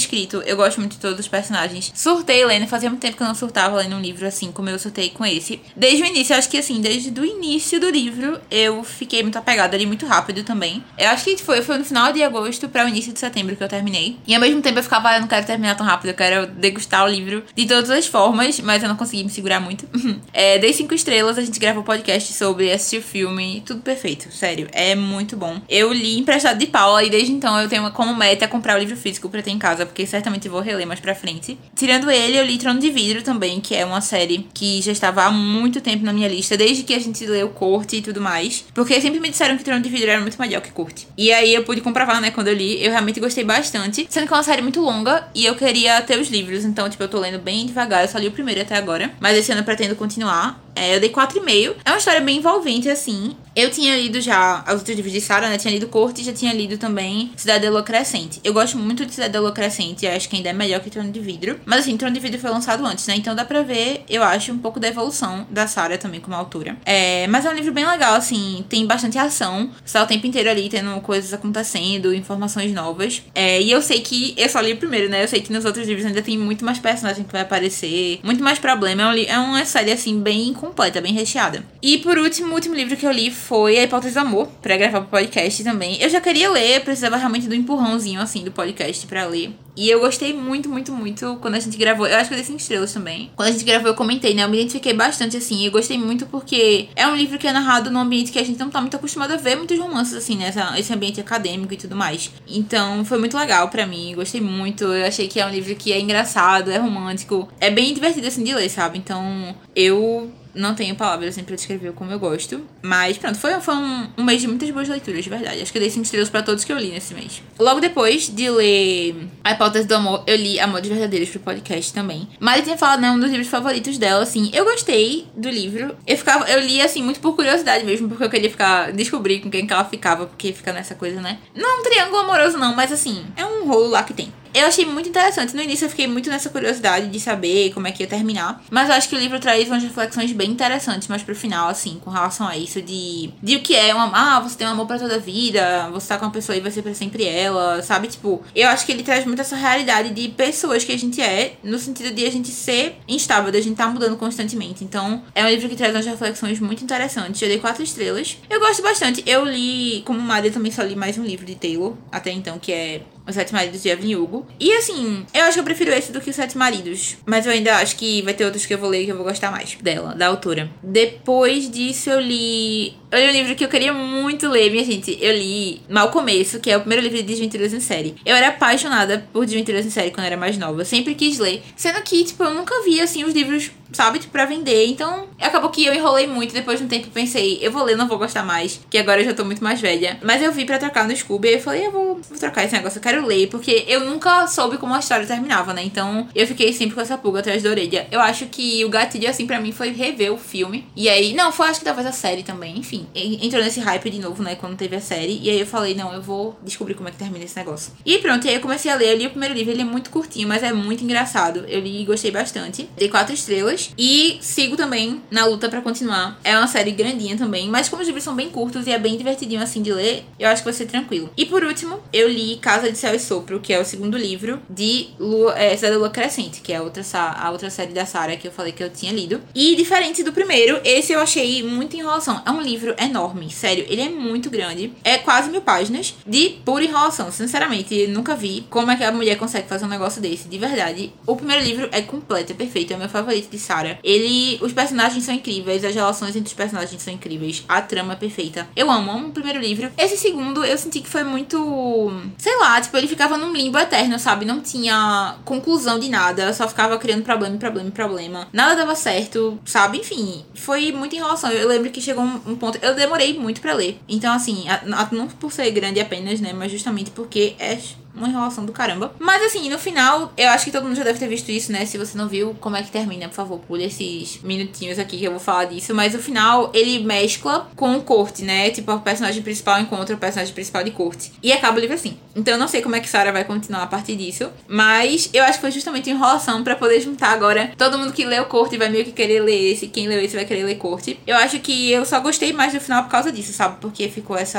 escrito. Eu gosto muito de todos os personagens. Surtei lendo, fazia muito tempo que eu não surtava lendo um livro assim, como eu surtei com esse. Desde o início, eu acho que assim, desde o início do livro, eu fiquei muito apegada ali, muito rápido também. Eu acho que foi, foi no final de agosto para o início de setembro que eu terminei. E ao mesmo tempo eu ficava, eu não quero terminar tão rápido, eu quero degustar o livro de todas as formas, mas eu não consegui me segurar muito. é, dei cinco estrelas, a gente gravou podcast sobre, assistir o filme, tudo perfeito, sério, é muito bom. Eu li emprestado de Paula e desde então eu tenho como meta comprar o livro físico pra ter em casa, porque certamente vou reler mais pra frente. Tirando ele, eu li Trono de Vidro também, que é uma série que já estava há muito tempo na minha lista, desde que a gente leu Corte e tudo mais, porque sempre me disseram que Trono de Vidro era muito melhor que Corte. E aí eu pude comprovar, né, quando eu li, eu realmente gostei bastante, sendo que é uma série muito longa e eu queria ter os livros, então, tipo, eu tô lendo bem devagar, eu só li o primeiro até agora, mas esse ano eu pretendo continuar. É, eu dei quatro e meio. É uma história bem envolvente, assim. Eu tinha lido já os outros livros de Sarah, né? Tinha lido Corte e já tinha lido também Cidade da Lua Crescente. Eu gosto muito de Cidade da Lua Crescente. Eu acho que ainda é melhor que Trono de Vidro. Mas, assim, Trono de Vidro foi lançado antes, né? Então dá pra ver, eu acho, um pouco da evolução da Sarah também como autora. É, mas é um livro bem legal, assim. Tem bastante ação. Você tá o tempo inteiro ali tendo coisas acontecendo, informações novas. É, e eu sei que... Eu só li o primeiro, né? Eu sei que nos outros livros ainda tem muito mais personagem que vai aparecer. Muito mais problema. É, um, é uma série, assim, bem completa, bem recheada. E por último, o último livro que eu li foi A Hipótese do Amor, pra gravar pro podcast também. Eu já queria ler, precisava realmente do empurrãozinho, assim, do podcast pra ler. E eu gostei muito, muito, muito quando a gente gravou. Eu acho que eu dei cinco estrelas também. Quando a gente gravou, eu comentei, né? Eu me identifiquei bastante, assim. Eu gostei muito porque é um livro que é narrado num ambiente que a gente não tá muito acostumado a ver muitos romances, assim, né? Esse ambiente acadêmico e tudo mais. Então, foi muito legal pra mim. Gostei muito. Eu achei que é um livro que é engraçado, é romântico. É bem divertido, assim, de ler, sabe? Então, eu... não tenho palavras assim pra descrever como eu gosto. Mas pronto, foi, foi um, um mês de muitas boas leituras, de verdade. Acho que eu dei cinco estrelas pra todos que eu li nesse mês. Logo depois de ler A Hipótese do Amor, eu li Amores Verdadeiros pro podcast também. Mari tinha falado, né, um dos livros favoritos dela, assim. Eu gostei do livro. Eu ficava, eu li, assim, muito por curiosidade mesmo, porque eu queria ficar, descobrir com quem que ela ficava, porque fica nessa coisa, né? Não é um triângulo amoroso, não, mas assim, é um rolo lá que tem. Eu achei muito interessante. No início eu fiquei muito nessa curiosidade de saber como é que ia terminar. Mas eu acho que o livro traz umas reflexões bem interessantes mais pro final, assim, com relação a isso de... De o que é um... Ah, você tem um amor pra toda a vida, você tá com uma pessoa e vai ser pra sempre ela, sabe? Tipo, eu acho que ele traz muito essa realidade de pessoas que a gente é, no sentido de a gente ser instável, de a gente tá mudando constantemente. Então, é um livro que traz umas reflexões muito interessantes. Eu dei quatro estrelas. Eu gosto bastante. Eu li, como Mari, eu também só li mais um livro de Taylor, até então, que é Os Sete Maridos de Evelyn Hugo. E assim, eu acho que eu prefiro esse do que Os Sete Maridos. Mas eu ainda acho que vai ter outros que eu vou ler que eu vou gostar mais dela, da autora. Depois disso eu li... Eu li um livro que eu queria muito ler, minha gente. Eu li Mal Começo, que é o primeiro livro de Desventuras em Série. Eu era apaixonada por Desventuras em Série quando eu era mais nova. Eu sempre quis ler. Sendo que, tipo, eu nunca vi, assim, os livros, sabe, tipo, pra vender. Então, acabou que eu enrolei muito. Depois de um tempo, pensei, eu vou ler, não vou gostar mais. Que agora eu já tô muito mais velha. Mas eu vi pra trocar no Scooby. E eu falei, eu vou, vou trocar esse negócio, eu quero ler. Porque eu nunca soube como a história terminava, né? Então, eu fiquei sempre com essa pulga atrás da orelha. Eu acho que o gatilho, assim, pra mim foi rever o filme. E aí, não, foi acho que talvez a série também. Enfim, entrou nesse hype de novo, né? Quando teve a série. E aí eu falei, não, eu vou descobrir como é que termina esse negócio. E pronto, e aí eu comecei a ler. Eu li o primeiro livro, ele é muito curtinho, mas é muito engraçado. Eu li e gostei bastante. Dei quatro estrelas. E sigo também na luta pra continuar. É uma série grandinha também. Mas como os livros são bem curtos e é bem divertidinho assim de ler, eu acho que vai ser tranquilo. E por último, eu li Casa de Céu e Sopro, que é o segundo livro de Lua, é, Cidade da Lua Crescente, que é a outra, a outra série da Sarah que eu falei que eu tinha lido. E diferente do primeiro, esse eu achei muita enrolação. É um livro enorme, sério, ele é muito grande. É quase mil páginas de pura enrolação. Sinceramente, eu nunca vi como é que a mulher consegue fazer um negócio desse, de verdade. O primeiro livro é completo, é perfeito, é o meu favorito de Sarah. Ele, os personagens são incríveis, as relações entre os personagens são incríveis, a trama é perfeita. Eu amo, amo o primeiro livro. Esse segundo, eu senti que foi muito, sei lá, tipo, ele ficava num limbo eterno, sabe? Não tinha conclusão de nada, só ficava criando problema, problema, problema. Nada dava certo, sabe? Enfim, foi muita enrolação. Eu lembro que chegou um, um ponto, eu demorei muito pra ler. Então, assim, a, a, não por ser grande apenas, né? Mas justamente porque é uma enrolação do caramba. Mas assim, no final, eu acho que todo mundo já deve ter visto isso, né? Se você não viu, como é que termina, por favor, pule esses minutinhos aqui que eu vou falar disso. Mas o final, ele mescla com o Corte, né? Tipo, o personagem principal encontra o personagem principal de Corte. E acaba o livro assim. Então eu não sei como é que Sarah vai continuar a partir disso. Mas eu acho que foi justamente enrolação pra poder juntar agora todo mundo que leu Corte vai meio que querer ler esse. Quem leu esse vai querer ler Corte. Eu acho que eu só gostei mais do final por causa disso, sabe? Porque ficou essa...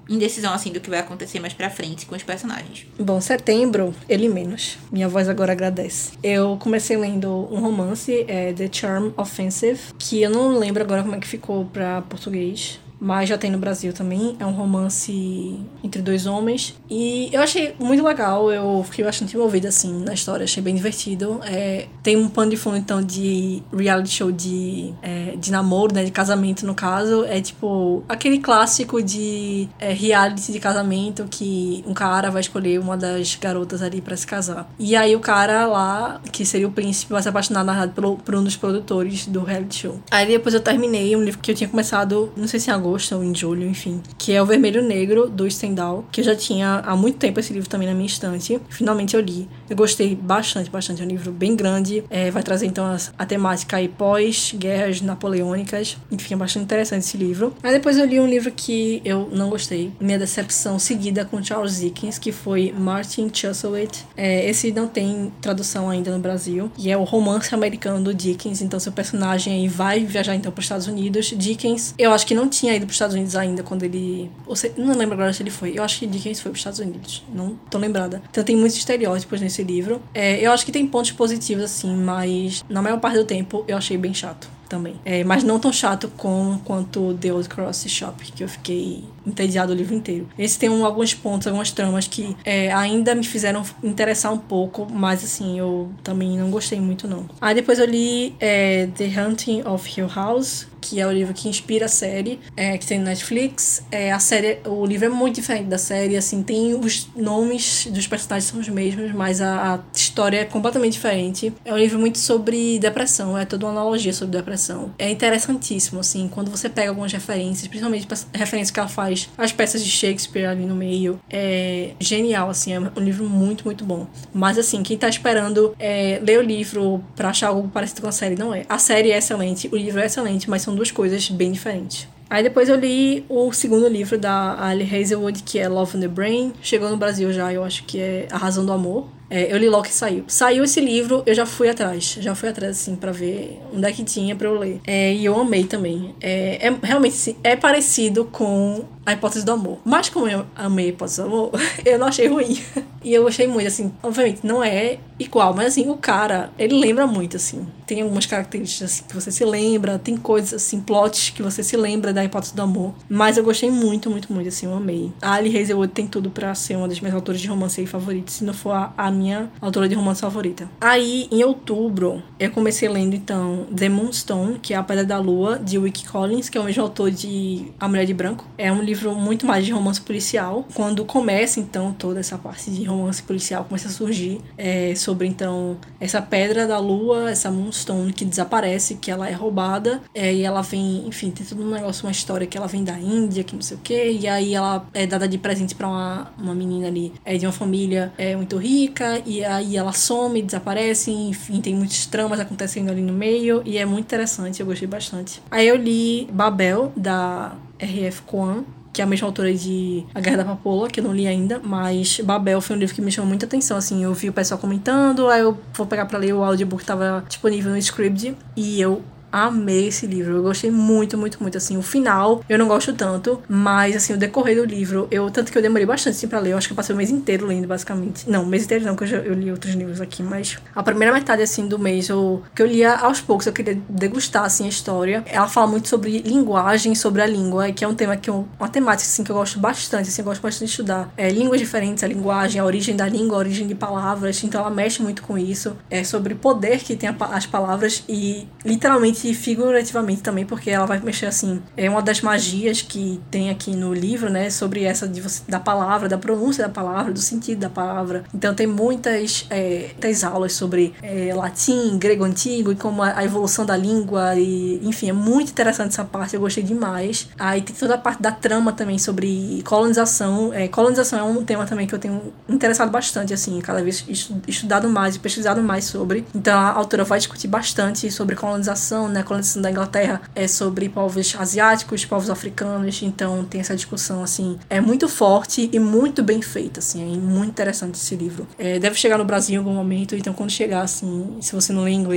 indecisão, assim, do que vai acontecer mais pra frente com os personagens. Bom, setembro, ele menos. Minha voz agora agradece. Eu comecei lendo um romance, é The Charm Offensive, que eu não lembro agora como é que ficou pra português, mas já tem no Brasil também. É um romance entre dois homens. E eu achei muito legal. Eu fiquei bastante envolvida, assim, na história. Achei bem divertido. É, tem um pano de fundo, então, de reality show de, é, de namoro, né? De casamento, no caso. É, tipo, aquele clássico de é, reality de casamento que um cara vai escolher uma das garotas ali pra se casar. E aí o cara lá, que seria o príncipe, vai se apaixonar, na verdade, por, por um dos produtores do reality show. Aí depois eu terminei um livro que eu tinha começado, não sei se em agosto ou em julho, enfim, que é O Vermelho Negro, do Stendhal, que eu já tinha há muito tempo esse livro também na minha estante. Finalmente eu li. Eu gostei bastante, bastante. É um livro bem grande. É, vai trazer, então, a, a temática aí pós-guerras napoleônicas. Enfim, é bastante interessante esse livro. Aí depois eu li um livro que eu não gostei. Minha decepção seguida com Charles Dickens, que foi Martin Chuzzlewit. É, esse não tem tradução ainda no Brasil. E é o romance americano do Dickens. Então, seu personagem aí vai viajar, então, para os Estados Unidos. Dickens, eu acho que não tinha ido para os Estados Unidos ainda quando ele... Ou se, não lembro agora se ele foi. Eu acho que Dickens foi para os Estados Unidos. Não tô lembrada. Então tem muitos estereótipos nesse livro. É, eu acho que tem pontos positivos, assim, mas na maior parte do tempo eu achei bem chato também. É, mas não tão chato com, quanto The Old Cross Shop, que eu fiquei entediado o livro inteiro. Esse tem um, alguns pontos, algumas tramas que é, ainda me fizeram interessar um pouco, mas assim, eu também não gostei muito, não. Aí depois eu li é, The Haunting of Hill House, que é o livro que inspira a série, é, que tem no Netflix. É, a série, o livro é muito diferente da série, assim, tem os nomes dos personagens são os mesmos, mas a, a história é completamente diferente. É um livro muito sobre depressão, é toda uma analogia sobre depressão. É interessantíssimo, assim, quando você pega algumas referências, principalmente referências que ela faz às peças de Shakespeare ali no meio, é genial, assim, é um livro muito, muito bom. Mas, assim, quem tá esperando é, ler o livro pra achar algo parecido com a série, não é. A série é excelente, o livro é excelente, mas são duas coisas bem diferentes. Aí depois eu li o segundo livro da Ali Hazelwood, que é Love in the Brain. Chegou no Brasil já, eu acho que é A Razão do Amor. É, eu li logo que saiu. Saiu esse livro, eu já fui atrás. Já fui atrás, assim, pra ver onde é que tinha pra eu ler. É, e eu amei também. É, é realmente, assim, é parecido com A Hipótese do Amor. Mas como eu amei A Hipótese do Amor, eu não achei ruim. E eu gostei muito, assim. Obviamente, não é igual, mas, assim, o cara, ele lembra muito, assim. Tem algumas características, assim, que você se lembra. Tem coisas, assim, plots que você se lembra da Hipótese do Amor. Mas eu gostei muito, muito, muito, assim. Eu amei. A Ali Hazelwood tem tudo pra ser uma das minhas autoras de romance aí favoritas, se não for a, a minha autora de romance favorita. Aí, em outubro, eu comecei lendo, então, The Moonstone, que é A Pedra da Lua, de Wick Collins, que é o mesmo autor de A Mulher de Branco. É um livro muito mais de romance policial. Quando começa, então, toda essa parte de romance policial começa a surgir, é, sobre, então, essa Pedra da Lua, essa Moonstone que desaparece, que ela é roubada, é, e ela vem, enfim, tem todo um negócio, uma história que ela vem da Índia, que não sei o quê, e aí ela é dada de presente pra uma, uma menina ali, é, de uma família é, muito rica, e aí ela some, desaparece, enfim, tem muitos tramas acontecendo ali no meio, e é muito interessante, eu gostei bastante. Aí eu li Babel, da R F Kuang, que é a mesma autora de A Guerra da Papoula, que eu não li ainda, mas Babel foi um livro que me chamou muita atenção, assim, eu vi o pessoal comentando, aí eu vou pegar pra ler o audiobook que tava disponível no Scribd, e eu amei esse livro, eu gostei muito, muito, muito, assim, o final eu não gosto tanto, mas, assim, o decorrer do livro, eu, tanto que eu demorei bastante, assim, pra ler, eu acho que eu passei o mês inteiro lendo, basicamente, não, o mês inteiro não, porque eu, já, eu li outros livros aqui, mas a primeira metade, assim, do mês, eu, que eu lia aos poucos, eu queria degustar, assim, a história, ela fala muito sobre linguagem, sobre a língua, que é um tema que eu, uma temática, assim, que eu gosto bastante, assim, eu gosto bastante de estudar, é, línguas diferentes, a linguagem, a origem da língua, a origem de palavras, então ela mexe muito com isso, é sobre o poder que tem a, as palavras e, literalmente, e figurativamente também, porque ela vai mexer, assim, é uma das magias que tem aqui no livro, né, sobre essa de você, da palavra, da pronúncia da palavra, do sentido da palavra. Então tem muitas, é, muitas aulas sobre é, latim, grego antigo e como a, a evolução da língua e, enfim, é muito interessante essa parte, eu gostei demais. Aí tem toda a parte da trama também sobre colonização. É, colonização é um tema também que eu tenho interessado bastante, assim, cada vez estudado mais e pesquisado mais sobre. Então a autora vai discutir bastante sobre colonização, né, colonização da Inglaterra é sobre povos asiáticos, povos africanos, então tem essa discussão, assim, é muito forte e muito bem feita, assim, é muito interessante esse livro. É, deve chegar no Brasil em algum momento, então quando chegar, assim, se você não lê inglês,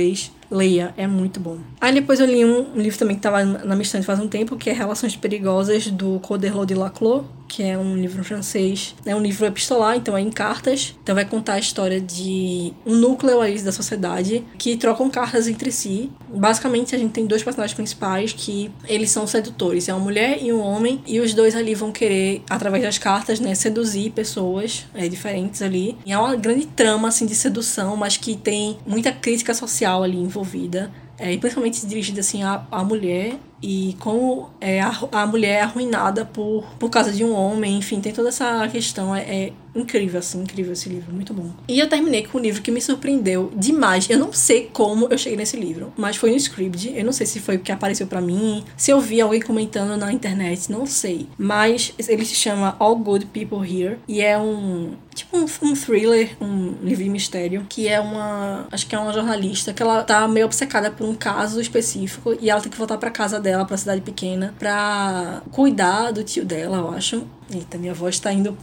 Leia, é muito bom. Aí depois eu li um, um livro também que estava na minha estante faz um tempo, que é Relações Perigosas, do Coderlo de Laclos, que é um livro francês. É um livro epistolar, então é em cartas. Então vai contar a história de um núcleo aí da sociedade que trocam cartas entre si. Basicamente, a gente tem dois personagens principais que eles são sedutores. É uma mulher e um homem. E os dois ali vão querer, através das cartas, né, seduzir pessoas é, diferentes ali. E é uma grande trama, assim, de sedução, mas que tem muita crítica social ali envolvida. É, e principalmente dirigida, assim, à, à mulher. E como é, a, a mulher é arruinada por, por causa de um homem. Enfim, tem toda essa questão. É, é incrível, assim, incrível esse livro, muito bom. E eu terminei com um livro que me surpreendeu demais. Eu não sei como eu cheguei nesse livro, mas foi no Scribd. Eu não sei se foi o que apareceu pra mim, se eu vi alguém comentando na internet, não sei. Mas ele se chama All Good People Here. E é um... tipo um, um thriller, um livro de mistério, que é uma... acho que é uma jornalista, que ela tá meio obcecada por um caso específico e ela tem que voltar pra casa dela, pra cidade pequena, pra cuidar do tio dela, eu acho. Eita, minha voz tá indo...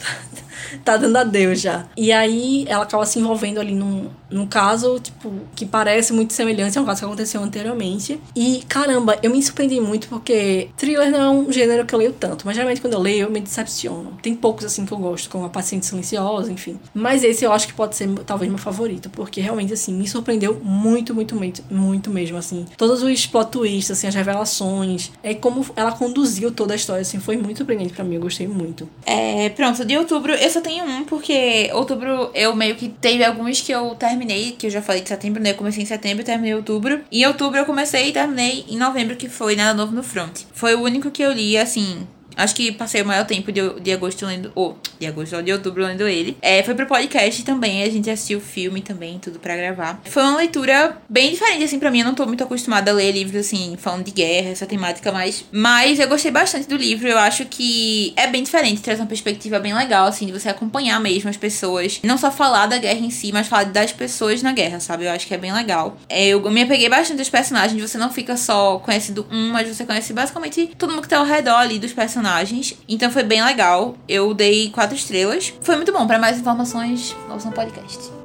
tá dando adeus já. E aí, ela acaba se envolvendo ali num, num caso, tipo, que parece muito semelhante a um caso que aconteceu anteriormente. E, caramba, eu me surpreendi muito porque thriller não é um gênero que eu leio tanto. Mas, geralmente, quando eu leio, eu me decepciono. Tem poucos, assim, que eu gosto, como A Paciente Silenciosa, enfim. Mas esse eu acho que pode ser, talvez, meu favorito. Porque, realmente, assim, me surpreendeu muito, muito, muito, muito mesmo, assim. Todos os plot twists, assim, as revelações. É como ela conduziu toda a história, assim, foi muito surpreendente pra mim. Eu gostei muito. É, pronto, de outubro eu só tenho um, porque outubro eu meio que teve alguns que eu terminei, que eu já falei de setembro, né? Eu comecei em setembro e terminei em outubro. Em outubro eu comecei e terminei em novembro, que foi Nada Novo no Front. Foi o único que eu li, assim... Acho que passei o maior tempo de, de agosto lendo... Ou, oh, de agosto, de outubro lendo ele. É, foi pro podcast também, a gente assistiu o filme também, tudo pra gravar. Foi uma leitura bem diferente, assim, pra mim. Eu não tô muito acostumada a ler livros, assim, falando de guerra, essa temática mais... Mas eu gostei bastante do livro. Eu acho que é bem diferente, traz uma perspectiva bem legal, assim, de você acompanhar mesmo as pessoas. Não só falar da guerra em si, mas falar das pessoas na guerra, sabe? Eu acho que é bem legal. É, eu me apeguei bastante aos personagens. Você não fica só conhecendo um, mas você conhece basicamente todo mundo que tá ao redor ali dos personagens. Então foi bem legal. Eu dei quatro estrelas. Foi muito bom. Para mais informações, ouçam no podcast.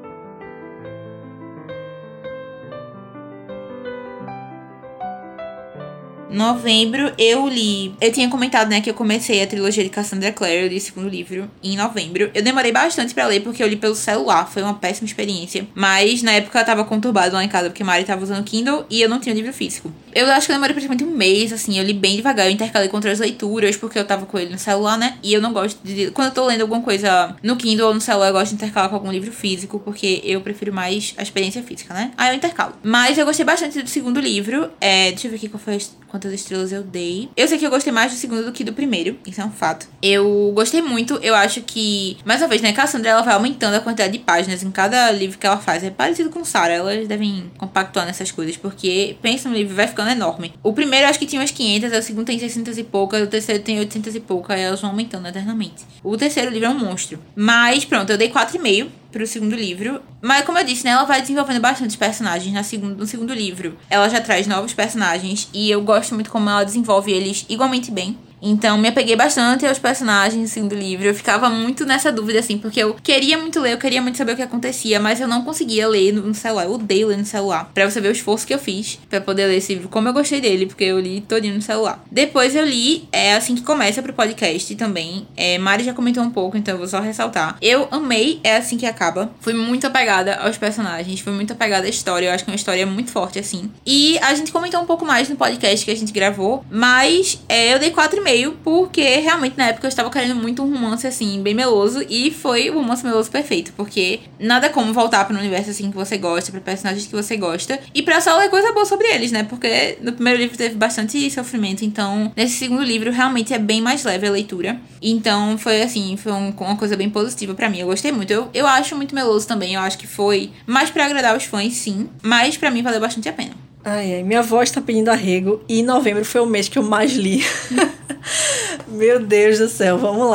Novembro eu li... Eu tinha comentado, né, que eu comecei a trilogia de Cassandra Clare, eu li o segundo livro em novembro. Eu demorei bastante pra ler porque eu li pelo celular, foi uma péssima experiência. Mas na época tava conturbado lá em casa porque a Mari tava usando Kindle e eu não tinha livro físico. Eu acho que eu demorei praticamente um mês, assim, eu li bem devagar, eu intercalei com outras leituras porque eu tava com ele no celular, né? E eu não gosto de... Quando eu tô lendo alguma coisa no Kindle ou no celular, eu gosto de intercalar com algum livro físico porque eu prefiro mais a experiência física, né? Aí eu intercalo. Mas eu gostei bastante do segundo livro. É, deixa eu ver aqui qual foi a... quantas estrelas eu dei. Eu sei que eu gostei mais do segundo do que do primeiro. Isso é um fato. Eu gostei muito. Eu acho que, mais uma vez, né, Cassandra, ela vai aumentando a quantidade de páginas em cada livro que ela faz. É parecido com Sarah. Elas devem compactuar nessas coisas, porque pensa no livro, vai ficando enorme. O primeiro acho que tinha umas quinhentas, o segundo tem seiscentas e poucas, o terceiro tem oitocentas e poucas, e elas vão aumentando eternamente. O terceiro livro é um monstro. Mas, pronto, eu dei quatro e meio pro segundo livro. Mas, como eu disse, né, ela vai desenvolvendo bastante personagens na segundo, no segundo livro. Ela já traz novos personagens e eu gosto muito como ela desenvolve eles igualmente bem. Então, me apeguei bastante aos personagens do segundo livro. Eu ficava muito nessa dúvida, assim, porque eu queria muito ler, eu queria muito saber o que acontecia, mas eu não conseguia ler no celular. Eu odeio ler no celular. Pra você ver o esforço que eu fiz pra poder ler esse livro, como eu gostei dele, porque eu li todinho no celular. Depois eu li, é assim que começa pro podcast também. É, Mari já comentou um pouco, então eu vou só ressaltar. Eu amei É Assim Que Acaba. Fui muito apegada aos personagens, fui muito apegada à história. Eu acho que é uma história muito forte, assim. E a gente comentou um pouco mais no podcast que a gente gravou, mas é, eu dei quatro e meio porque realmente na época eu estava querendo muito um romance assim, bem meloso, e foi o romance meloso perfeito, porque nada como voltar para um universo assim que você gosta, para personagens que você gosta, e pra só ler coisa boa sobre eles, né? Porque no primeiro livro teve bastante sofrimento, então nesse segundo livro realmente é bem mais leve a leitura. Então foi assim, foi um, uma coisa bem positiva pra mim, eu gostei muito. Eu, eu acho muito meloso também, eu acho que foi mais pra agradar os fãs, sim, mas pra mim valeu bastante a pena. Ai, ai, minha voz tá pedindo arrego e novembro foi o mês que eu mais li. Meu Deus do céu, vamos lá.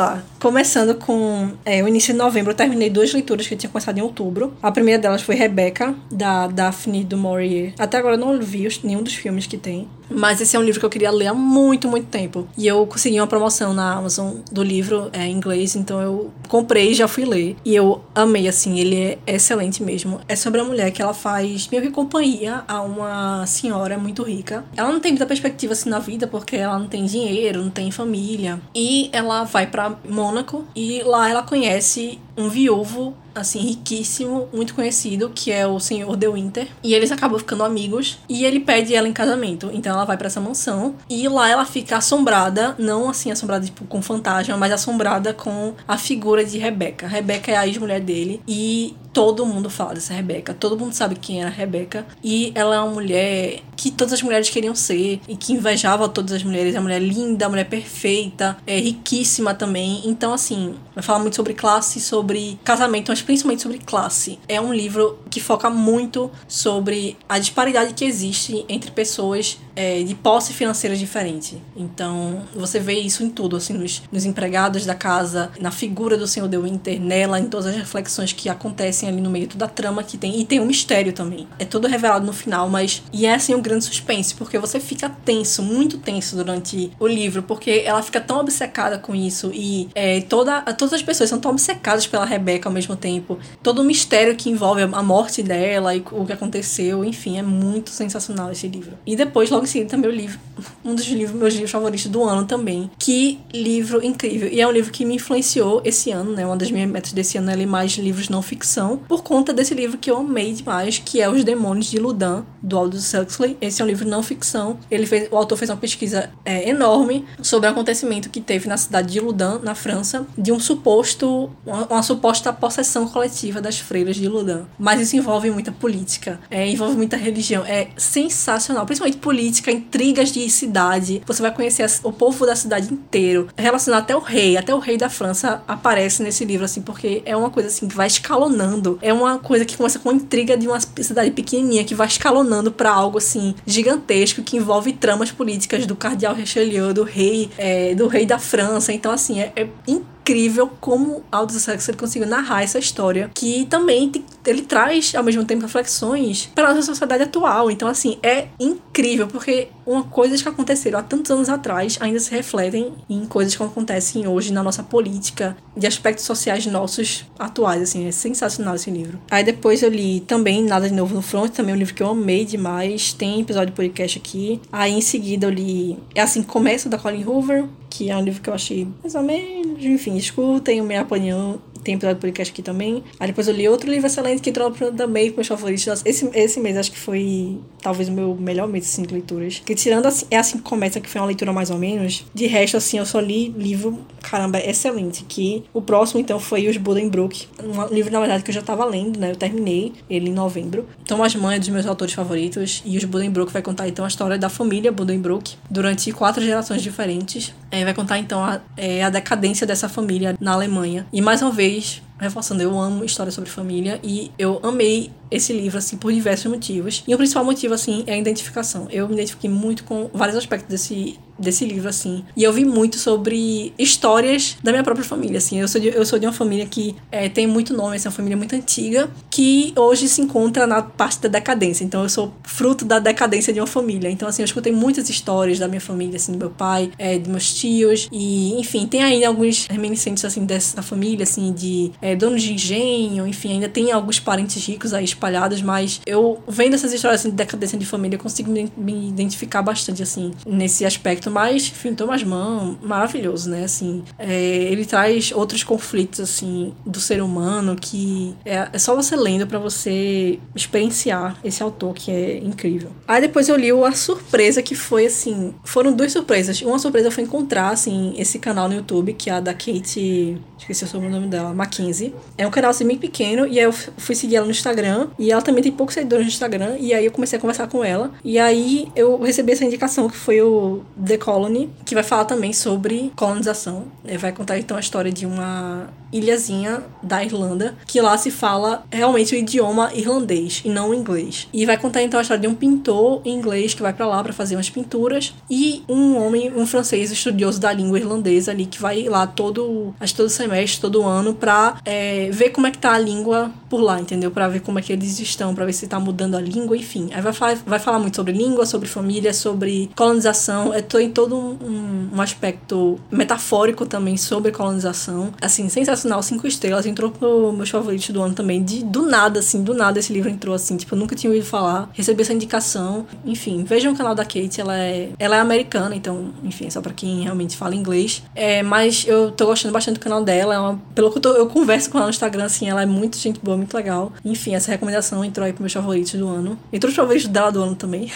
Começando com é, o início de novembro, eu terminei duas leituras que eu tinha começado em outubro. A primeira delas foi Rebecca, da Daphne du Maurier. Até agora eu não vi os, nenhum dos filmes que tem. Mas esse é um livro que eu queria ler há muito, muito tempo. E eu consegui uma promoção na Amazon do livro é, em inglês, então eu comprei e já fui ler. E eu amei, assim, ele é excelente mesmo. É sobre a mulher que ela faz meio que companhia a uma senhora muito rica. Ela não tem muita perspectiva, assim, na vida, porque ela não tem dinheiro, não tem família. E ela vai pra Mônaco e lá ela conhece um viúvo, assim, riquíssimo, muito conhecido, que é o senhor De Winter. E eles acabam ficando amigos. E ele pede ela em casamento. Então ela vai pra essa mansão. E lá ela fica assombrada, não assim assombrada tipo, com fantasma, mas assombrada com a figura de Rebecca. Rebecca é a ex-mulher dele. E todo mundo fala dessa Rebecca. Todo mundo sabe quem era a Rebecca. E ela é uma mulher que todas as mulheres queriam ser. E que invejava todas as mulheres. É uma mulher linda, uma mulher perfeita. É riquíssima também. Então, assim, vai falar muito sobre classe, sobre casamento, mas principalmente sobre classe. É um livro que foca muito sobre a disparidade que existe entre pessoas é, de posse financeira diferente. Então, você vê isso em tudo, assim, nos, nos empregados da casa, na figura do senhor De Winter, nela, em todas as reflexões que acontecem ali no meio, toda a trama que tem. E tem um mistério também. É tudo revelado no final, mas... E é, assim, um grande suspense, porque você fica tenso, muito tenso durante o livro, porque ela fica tão obcecada com isso e é, toda, todas as pessoas são tão obcecadas pela Rebecca ao mesmo tempo. Todo o mistério que envolve a morte dela e o que aconteceu, enfim, é muito sensacional esse livro. E depois, logo em seguida, também o livro, um dos livros, meus livros favoritos do ano também. Que livro incrível. E é um livro que me influenciou esse ano, né? Uma das minhas metas desse ano é ler mais livros não ficção, por conta desse livro que eu amei demais, que é Os Demônios de Loudun, do Aldous Huxley. Esse é um livro não ficção. Ele fez, o autor fez uma pesquisa é, enorme sobre o acontecimento que teve na cidade de Loudun, na França, de um suposto, uma, uma suposta possessão coletiva das freiras de Loudun. Mas isso envolve muita política, é, envolve muita religião. É sensacional, principalmente política, intrigas de cidade. Você vai conhecer as, o povo da cidade inteiro, relacionado até o rei, até o rei da França aparece nesse livro, assim, porque é uma coisa assim que vai escalonando. É uma coisa que começa com a intriga de uma cidade pequenininha que vai escalonando pra algo assim gigantesco, que envolve tramas políticas do cardeal Richelieu, do rei, é, do rei da França. Então, assim, é, é incrível como Aldous Huxley conseguiu narrar essa história, que também te, ele traz ao mesmo tempo reflexões para a nossa sociedade atual. Então, assim, é incrível, porque uma coisas que aconteceram há tantos anos atrás ainda se refletem em coisas que acontecem hoje na nossa política, de aspectos sociais nossos atuais, assim, é sensacional esse livro. Aí depois eu li também Nada de Novo no Front, também um livro que eu amei demais, tem episódio de podcast aqui. Aí em seguida eu li, é assim, Começo, da Colleen Hoover, que é um livro que eu achei mais ou menos, enfim, escutem o meu opinião, tem episódio de podcast aqui também. Aí depois eu li outro livro excelente que entrou também com meus favoritos. Esse, esse mês acho que foi talvez o meu melhor mês assim, de leituras. Que tirando assim, é assim que começa, que foi uma leitura mais ou menos. De resto, assim, eu só li livro, caramba, excelente. Que o próximo, então, foi Os Buddenbrook. Um livro, na verdade, que eu já tava lendo, né? Eu terminei ele em novembro. Thomas Mann é dos meus autores favoritos. E Os Buddenbrook vai contar, então, a história da família Buddenbrook durante quatro gerações diferentes. É, vai contar, então, a, é, a decadência dessa família na Alemanha. E, mais uma vez, reforçando, eu amo história sobre família e eu amei esse livro, assim, por diversos motivos. E o principal motivo, assim, é a identificação. Eu me identifiquei muito com vários aspectos desse, desse livro, assim. E eu vi muito sobre histórias da minha própria família, assim. Eu sou de, eu sou de uma família que é, tem muito nome, assim, uma família muito antiga, que hoje se encontra na parte da decadência. Então, eu sou fruto da decadência de uma família. Então, assim, eu escutei muitas histórias da minha família, assim, do meu pai, é, de meus tios. E, enfim, tem ainda alguns reminiscentes, assim, dessa família, assim, de é, donos de engenho. Enfim, ainda tem alguns parentes ricos aí espalhados, mas eu, vendo essas histórias, assim, de decadência de família, eu consigo me, me identificar bastante, assim, nesse aspecto. Mas, enfim, Thomas Mann, maravilhoso, né, assim, é, ele traz outros conflitos, assim, do ser humano que é, é só você lendo pra você experienciar esse autor, que é incrível. Aí depois eu li A Surpresa, que foi, assim, foram duas surpresas. Uma surpresa foi encontrar, assim, esse canal no YouTube, que é a da Kate, esqueci o sobrenome dela, Mackenzie. É um canal, assim, bem pequeno, e aí eu fui seguir ela no Instagram, fã. E ela também tem poucos seguidores no Instagram. E aí eu comecei a conversar com ela. E aí eu recebi essa indicação que foi o The Colony, que vai falar também sobre colonização. Ele vai contar então a história de uma ilhazinha da Irlanda, que lá se fala realmente o idioma irlandês e não o inglês. E vai contar então a história de um pintor inglês que vai pra lá pra fazer umas pinturas e um homem, um francês estudioso da língua irlandesa ali, que vai lá todo, acho todo semestre, todo ano, pra é, ver como é que tá a língua por lá, entendeu? Pra ver como é que eles estão, pra ver se tá mudando a língua, enfim. Aí vai, fa- vai falar muito sobre língua, sobre família, sobre colonização. É to- em todo um, um, um aspecto metafórico também sobre colonização. Assim, sensacional. Cinco estrelas, entrou pro meus favoritos do ano também, de, do nada, assim, do nada esse livro entrou, assim, tipo, eu nunca tinha ouvido falar, recebi essa indicação, enfim, vejam o canal da Kate, ela é, ela é americana, então, enfim, só pra quem realmente fala inglês, é, mas eu tô gostando bastante do canal dela, é uma, pelo que eu, tô, eu converso com ela no Instagram, assim, ela é muito gente boa, muito legal, enfim, essa recomendação entrou aí pro meus favoritos do ano, entrou os favoritos dela do ano também,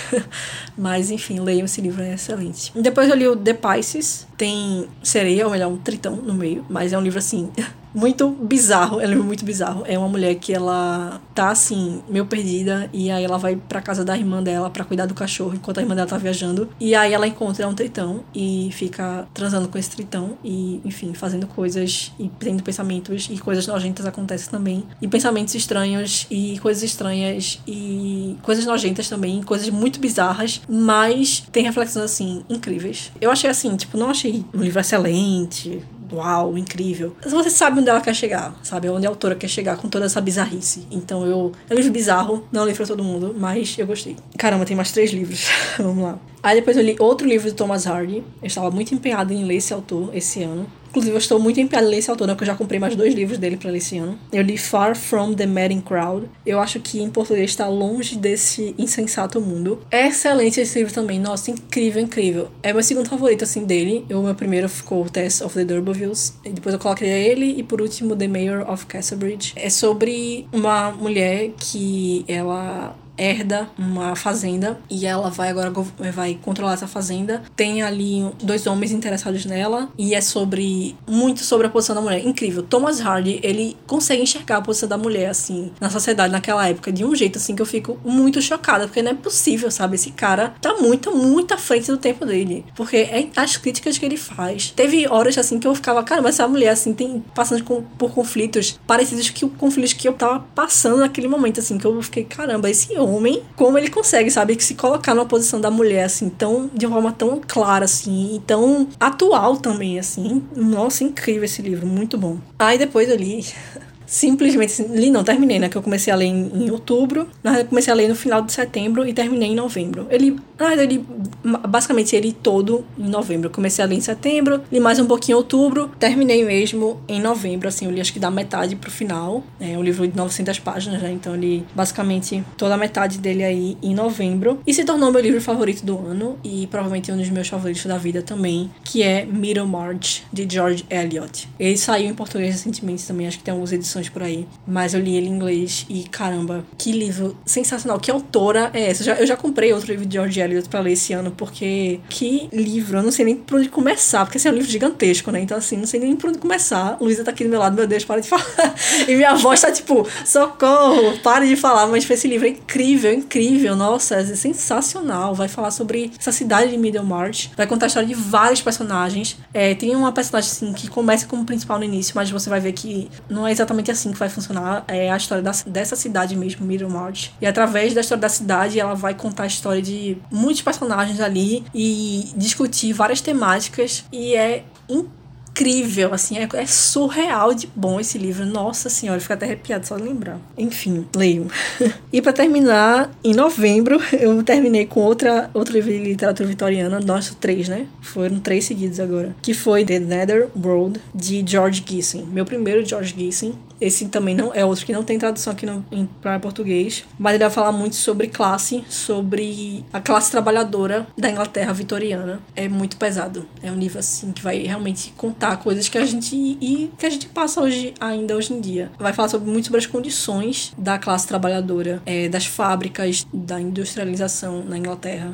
mas, enfim, leiam esse livro, é excelente. Depois eu li o The Pisces, tem sereia, ou melhor, um tritão no meio, mas é um livro, assim, muito bizarro, é um livro muito bizarro. É uma mulher que ela tá, assim, meio perdida, e aí ela vai pra casa da irmã dela pra cuidar do cachorro, enquanto a irmã dela tá viajando, e aí ela encontra um tritão, e fica transando com esse tritão, e, enfim, fazendo coisas, e tendo pensamentos, e coisas nojentas acontecem também, e pensamentos estranhos, e coisas estranhas, e coisas nojentas também, coisas muito bizarras, mas tem reflexões, assim, incríveis. Eu achei, assim, tipo, não achei um livro excelente, uau, incrível. Mas você sabe onde ela quer chegar, sabe? Onde a autora quer chegar com toda essa bizarrice. Então eu... É um livro bizarro, não é um livro pra todo mundo, mas eu gostei. Caramba, tem mais três livros. Vamos lá. Aí depois eu li outro livro do Thomas Hardy. Eu estava muito empenhada em ler esse autor esse ano. Inclusive, eu estou muito empenhada em ler esse autor, né? Porque eu já comprei mais dois livros dele pra ler esse ano. Eu li Far From The Madding Crowd. Eu acho que em português está Longe Desse Insensato Mundo. É excelente esse livro também. Nossa, incrível, incrível. É meu segundo favorito, assim, dele. O meu primeiro ficou o Tess of the D'Urbervilles. E depois eu coloquei ele. E por último, The Mayor of Casterbridge. É sobre uma mulher que ela herda uma fazenda e ela vai agora vai controlar essa fazenda. Tem ali dois homens interessados nela e é sobre muito sobre a posição da mulher. Incrível. Thomas Hardy, ele consegue enxergar a posição da mulher assim na sociedade naquela época de um jeito assim que eu fico muito chocada, porque não é possível, sabe? Esse cara tá muito, muito à frente do tempo dele, porque é as críticas que ele faz. Teve horas assim que eu ficava, cara, mas essa mulher assim tem passando com, por conflitos parecidos que o conflitos que eu tava passando naquele momento assim, que eu fiquei, caramba, esse homem, como ele consegue, sabe, que se colocar numa posição da mulher, assim, tão, de uma forma tão clara, assim, e tão atual também, assim. Nossa, incrível esse livro, muito bom. Aí depois eu li... Simplesmente, assim, li não, terminei, né, que eu comecei a ler em, em outubro, na verdade eu comecei a ler no final de setembro e terminei em novembro. Ele, na verdade, ele, basicamente, ele todo em novembro. Eu comecei a ler em setembro, li mais um pouquinho em outubro, terminei mesmo em novembro, assim, eu li acho que da metade pro final. É um livro de novecentas páginas, né, então eu li basicamente toda a metade dele aí em novembro. E se tornou meu livro favorito do ano e provavelmente um dos meus favoritos da vida também, que é Middlemarch, de George Eliot. Ele saiu em português recentemente também, acho que tem algumas edições por aí, mas eu li ele em inglês e caramba, que livro sensacional, que autora é essa? Eu já, eu já comprei outro livro de George Eliot pra ler esse ano, porque que livro, eu não sei nem por onde começar, porque esse é um livro gigantesco, né, então assim, não sei nem por onde começar. Luísa tá aqui do meu lado, meu Deus, para de falar, e minha voz tá tipo, socorro, pare de falar, mas esse livro é incrível, incrível, nossa, é sensacional, vai falar sobre essa cidade de Middlemarch, vai contar a história de vários personagens, é, tem uma personagem assim, que começa como principal no início, mas você vai ver que não é exatamente assim que vai funcionar, é a história da, dessa cidade mesmo, Middlemarch. E através da história da cidade, ela vai contar a história de muitos personagens ali e discutir várias temáticas. E é incrível, assim, é, é surreal de bom esse livro. Nossa senhora, fica até arrepiado só de lembrar. Enfim, leio. E pra terminar, em novembro, eu terminei com outra, outro livro de literatura vitoriana, nossa, três, né? Foram três seguidos agora. Que foi The Nether World, de George Gissing. Meu primeiro George Gissing. Esse também não é outro que não tem tradução aqui no, em, para português, mas ele vai falar muito sobre classe, sobre a classe trabalhadora da Inglaterra vitoriana. É muito pesado. É um livro assim que vai realmente contar coisas que a gente e que a gente passa hoje ainda hoje em dia. Vai falar sobre muito sobre as condições da classe trabalhadora, é, das fábricas, da industrialização na Inglaterra.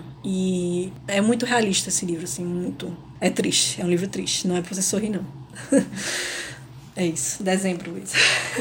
E é muito realista esse livro, assim, muito. É triste, é um livro triste, não é pra você sorrir, não. É isso, dezembro, Luiz.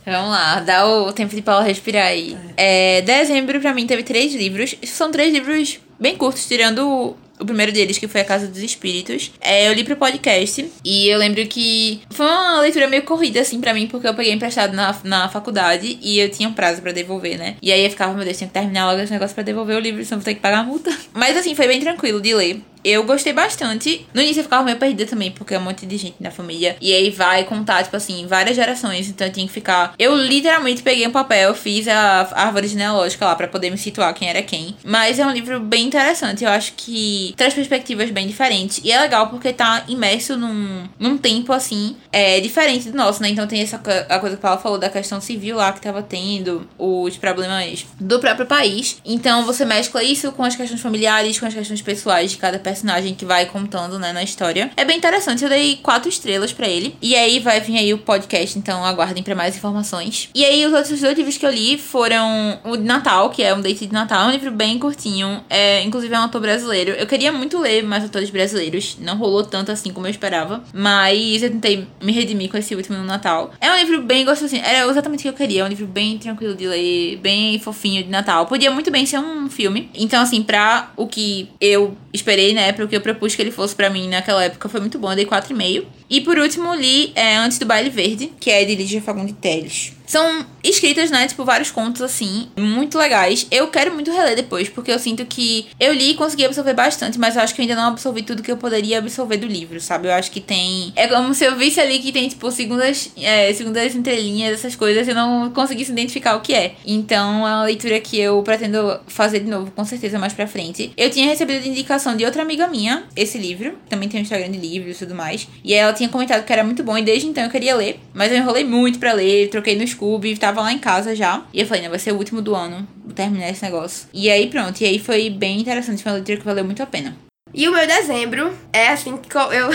Vamos lá, dá o tempo de Paula respirar aí. É. É, dezembro, pra mim, teve três livros. São três livros bem curtos, tirando o, o primeiro deles, que foi A Casa dos Espíritos. É, eu li pro podcast e eu lembro que foi uma leitura meio corrida, assim, pra mim, porque eu peguei emprestado na, na faculdade e eu tinha um prazo pra devolver, né? E aí eu ficava, meu Deus, tinha que terminar logo esse negócio pra devolver o livro, senão vou ter que pagar a multa. Mas, assim, foi bem tranquilo de ler. Eu gostei bastante. No início eu ficava meio perdida também, porque é um monte de gente na família. E aí vai contar, tipo assim, várias gerações. Então eu tinha que ficar... Eu literalmente peguei um papel, fiz a árvore genealógica lá pra poder me situar quem era quem. Mas é um livro bem interessante. Eu acho que traz perspectivas bem diferentes. E é legal porque tá imerso num, num tempo, assim, é, diferente do nosso, né? Então tem essa a coisa que ela falou da questão civil lá que tava tendo, os problemas do próprio país. Então você mescla isso com as questões familiares, com as questões pessoais de cada personagem que vai contando, né, na história. É bem interessante, eu dei quatro estrelas pra ele. E aí vai vir aí o podcast, então aguardem pra mais informações. E aí os outros dois livros que eu li foram o de Natal, que é um date de Natal, é um livro bem curtinho, é, inclusive é um autor brasileiro. Eu queria muito ler mais autores brasileiros, não rolou tanto assim como eu esperava, mas eu tentei me redimir com esse último no Natal. É um livro bem gostosinho, era exatamente o que eu queria, é um livro bem tranquilo de ler, bem fofinho de Natal. Podia muito bem ser um filme, então assim, pra o que eu esperei, né, pro que eu propus que ele fosse pra mim naquela época, foi muito bom, eu dei quatro e meio. E por último, li é, Antes do Baile Verde, que é de Lígia Fagundes Telles. São escritas, né, tipo, vários contos, assim, muito legais. Eu quero muito reler depois, porque eu sinto que eu li e consegui absorver bastante, mas eu acho que eu ainda não absorvi tudo que eu poderia absorver do livro, sabe? Eu acho que tem... É como se eu visse ali que tem, tipo, segundas, é, segundas entrelinhas, essas coisas, e eu não conseguisse identificar o que é. Então, é uma leitura que eu pretendo fazer de novo, com certeza, mais pra frente. Eu tinha recebido de indicação de outra amiga minha, esse livro. Também tem um Instagram de livros e tudo mais. E ela tinha comentado que era muito bom, e desde então eu queria ler. Mas eu enrolei muito pra ler, troquei no Scooby, tava lá em casa já. E eu falei, não, vai ser o último do ano, vou terminar esse negócio. E aí pronto, e aí foi bem interessante, foi uma leitura que valeu muito a pena. E o meu dezembro é assim que eu...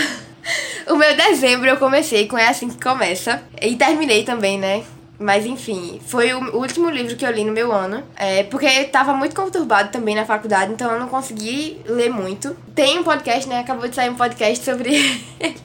o meu dezembro eu comecei com É Assim Que Começa. E terminei também, né? Mas enfim, foi o último livro que eu li no meu ano. É, porque tava muito conturbado também na faculdade, então eu não consegui ler muito. Tem um podcast, né? Acabou de sair um podcast sobre...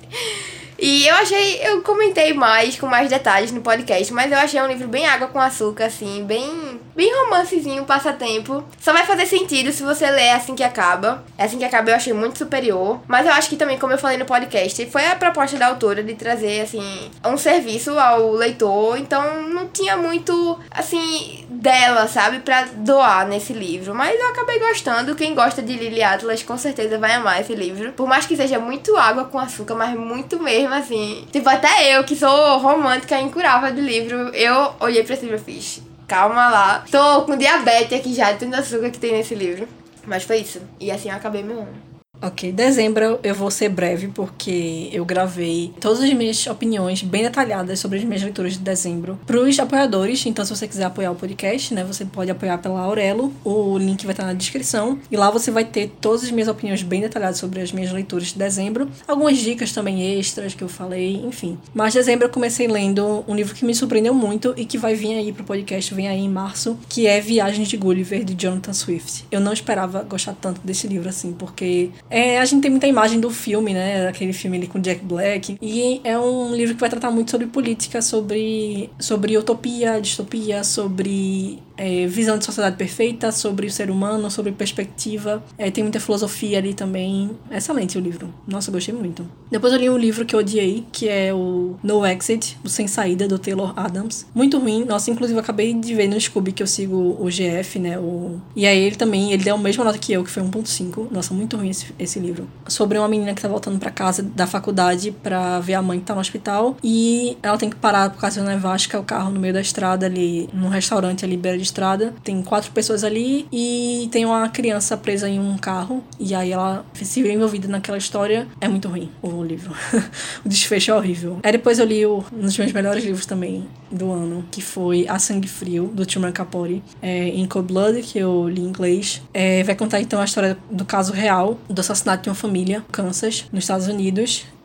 E eu achei, eu comentei mais, com mais detalhes no podcast, mas eu achei um livro bem água com açúcar, assim, bem, bem romancezinho, passatempo. Só vai fazer sentido se você ler Assim Que Acaba. Assim Que Acaba eu achei muito superior, mas eu acho que também, como eu falei no podcast, foi a proposta da autora de trazer, assim, um serviço ao leitor, então não tinha muito, assim, dela, sabe, pra doar nesse livro. Mas eu acabei gostando, quem gosta de Lily Atlas com certeza vai amar esse livro. Por mais que seja muito água com açúcar, mas muito mesmo, assim. Tipo, até eu, que sou romântica e incurável do livro, eu olhei pra esse livro e fiz, calma lá. Tô com diabetes aqui já, de tanto açúcar que tem nesse livro. Mas foi isso. E assim eu acabei meu ano. Ok, dezembro eu vou ser breve porque eu gravei todas as minhas opiniões bem detalhadas sobre as minhas leituras de dezembro pros apoiadores. Então, se você quiser apoiar o podcast, né, você pode apoiar pela Aurelo, o link vai estar na descrição. E lá você vai ter todas as minhas opiniões bem detalhadas sobre as minhas leituras de dezembro. Algumas dicas também extras que eu falei, enfim. Mas dezembro eu comecei lendo um livro que me surpreendeu muito e que vai vir aí pro podcast, vem aí em março, que é Viagens de Gulliver, de Jonathan Swift. Eu não esperava gostar tanto desse livro, assim, porque... É, a gente tem muita imagem do filme, né? Aquele filme ali com Jack Black. E é um livro que vai tratar muito sobre política, sobre, sobre utopia, distopia, sobre é, visão de sociedade perfeita, sobre o ser humano, sobre perspectiva. É, tem muita filosofia ali também. É excelente o livro. Nossa, eu gostei muito. Depois eu li um livro que eu odiei, que é o No Exit, o Sem Saída, do Taylor Adams. Muito ruim. Nossa, inclusive eu acabei de ver no Scooby que eu sigo o G F, né? O... E aí ele também, ele deu a mesma nota que eu, que foi um ponto cinco. Nossa, muito ruim esse esse livro. Sobre uma menina que tá voltando pra casa da faculdade pra ver a mãe que tá no hospital e ela tem que parar por causa de uma nevasca, o carro no meio da estrada ali, num restaurante ali, beira de estrada. Tem quatro pessoas ali e tem uma criança presa em um carro e aí ela se vê envolvida naquela história. É muito ruim o livro. O desfecho é horrível. Aí depois eu li o, um dos meus melhores livros também do ano, que foi A Sangue Frio, do Truman Capote, é, em Cold Blood, que eu li em inglês. É, vai contar então a história do caso real do assassinato de uma família, Kansas, nos Estados Unidos.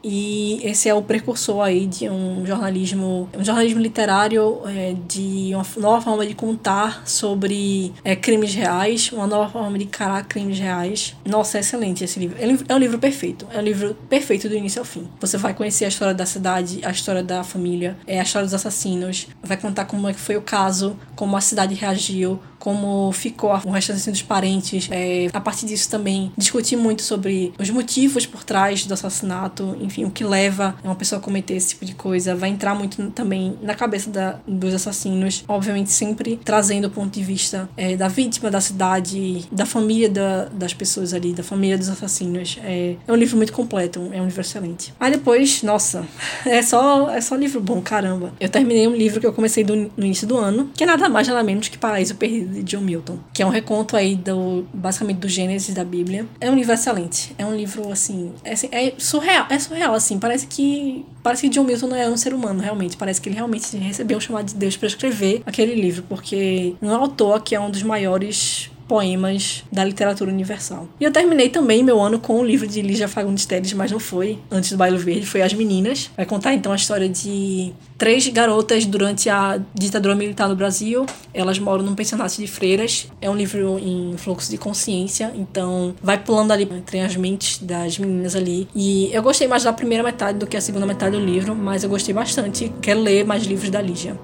e esse é o precursor aí de um jornalismo, um jornalismo literário, é, de uma nova forma de contar sobre é, crimes reais, uma nova forma de encarar crimes reais. Nossa, é excelente esse livro. É um livro perfeito, é um livro perfeito do início ao fim. Você vai conhecer a história da cidade, a história da família, é, a história dos assassinos, vai contar como é que foi o caso, como a cidade reagiu, como ficou o resto assim, dos parentes. É, a partir disso também discutir muito sobre os motivos por trás do assassinato, enfim, o que leva uma pessoa a cometer esse tipo de coisa. Vai entrar muito também na cabeça da, dos assassinos, obviamente sempre trazendo o ponto de vista é, da vítima, da cidade, da família da, das pessoas ali, da família dos assassinos. É, é um livro muito completo, é um livro excelente. Aí depois, nossa, é só, é só livro bom, caramba. Eu terminei um livro que eu comecei do, no início do ano, que é nada mais nada menos que Paraíso Perdido, de John Milton, que é um reconto aí do, basicamente do Gênesis da Bíblia. É um livro excelente, é um livro assim, é, é surreal, é surreal assim, parece que parece que John Milton não é um ser humano, realmente, parece que ele realmente recebeu um chamado de Deus para escrever aquele livro, porque um autor que é um dos maiores poemas da literatura universal. E eu terminei também meu ano com o livro de Lígia Fagundes Telles, mas não foi antes do Baile Verde, foi As Meninas. Vai contar então a história de três garotas durante a ditadura militar no Brasil. Elas moram num pensionato de freiras. É um livro em fluxo de consciência, então vai pulando ali entre as mentes das meninas ali. E eu gostei mais da primeira metade do que a segunda metade do livro, mas eu gostei bastante. Quero ler mais livros da Lígia.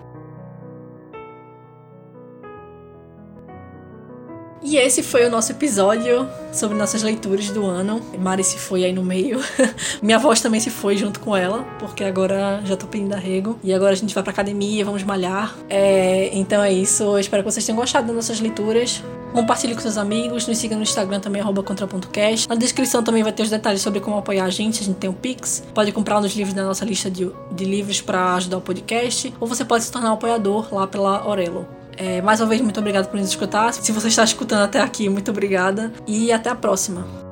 E esse foi o nosso episódio sobre nossas leituras do ano. Mari se foi aí no meio. Minha voz também se foi junto com ela, porque agora já tô pedindo arrego. E agora a gente vai pra academia, vamos malhar. É, então é isso. Eu espero que vocês tenham gostado das nossas leituras. Compartilhe com seus amigos. Nos siga no Instagram também, arroba contra.cast. Na descrição também vai ter os detalhes sobre como apoiar a gente. A gente tem o Pix. Pode comprar um dos livros da nossa lista de, de livros para ajudar o podcast. Ou você pode se tornar um apoiador lá pela Orelo. É, mais uma vez, muito obrigada por nos escutar. Se você está escutando até aqui, muito obrigada. E até a próxima.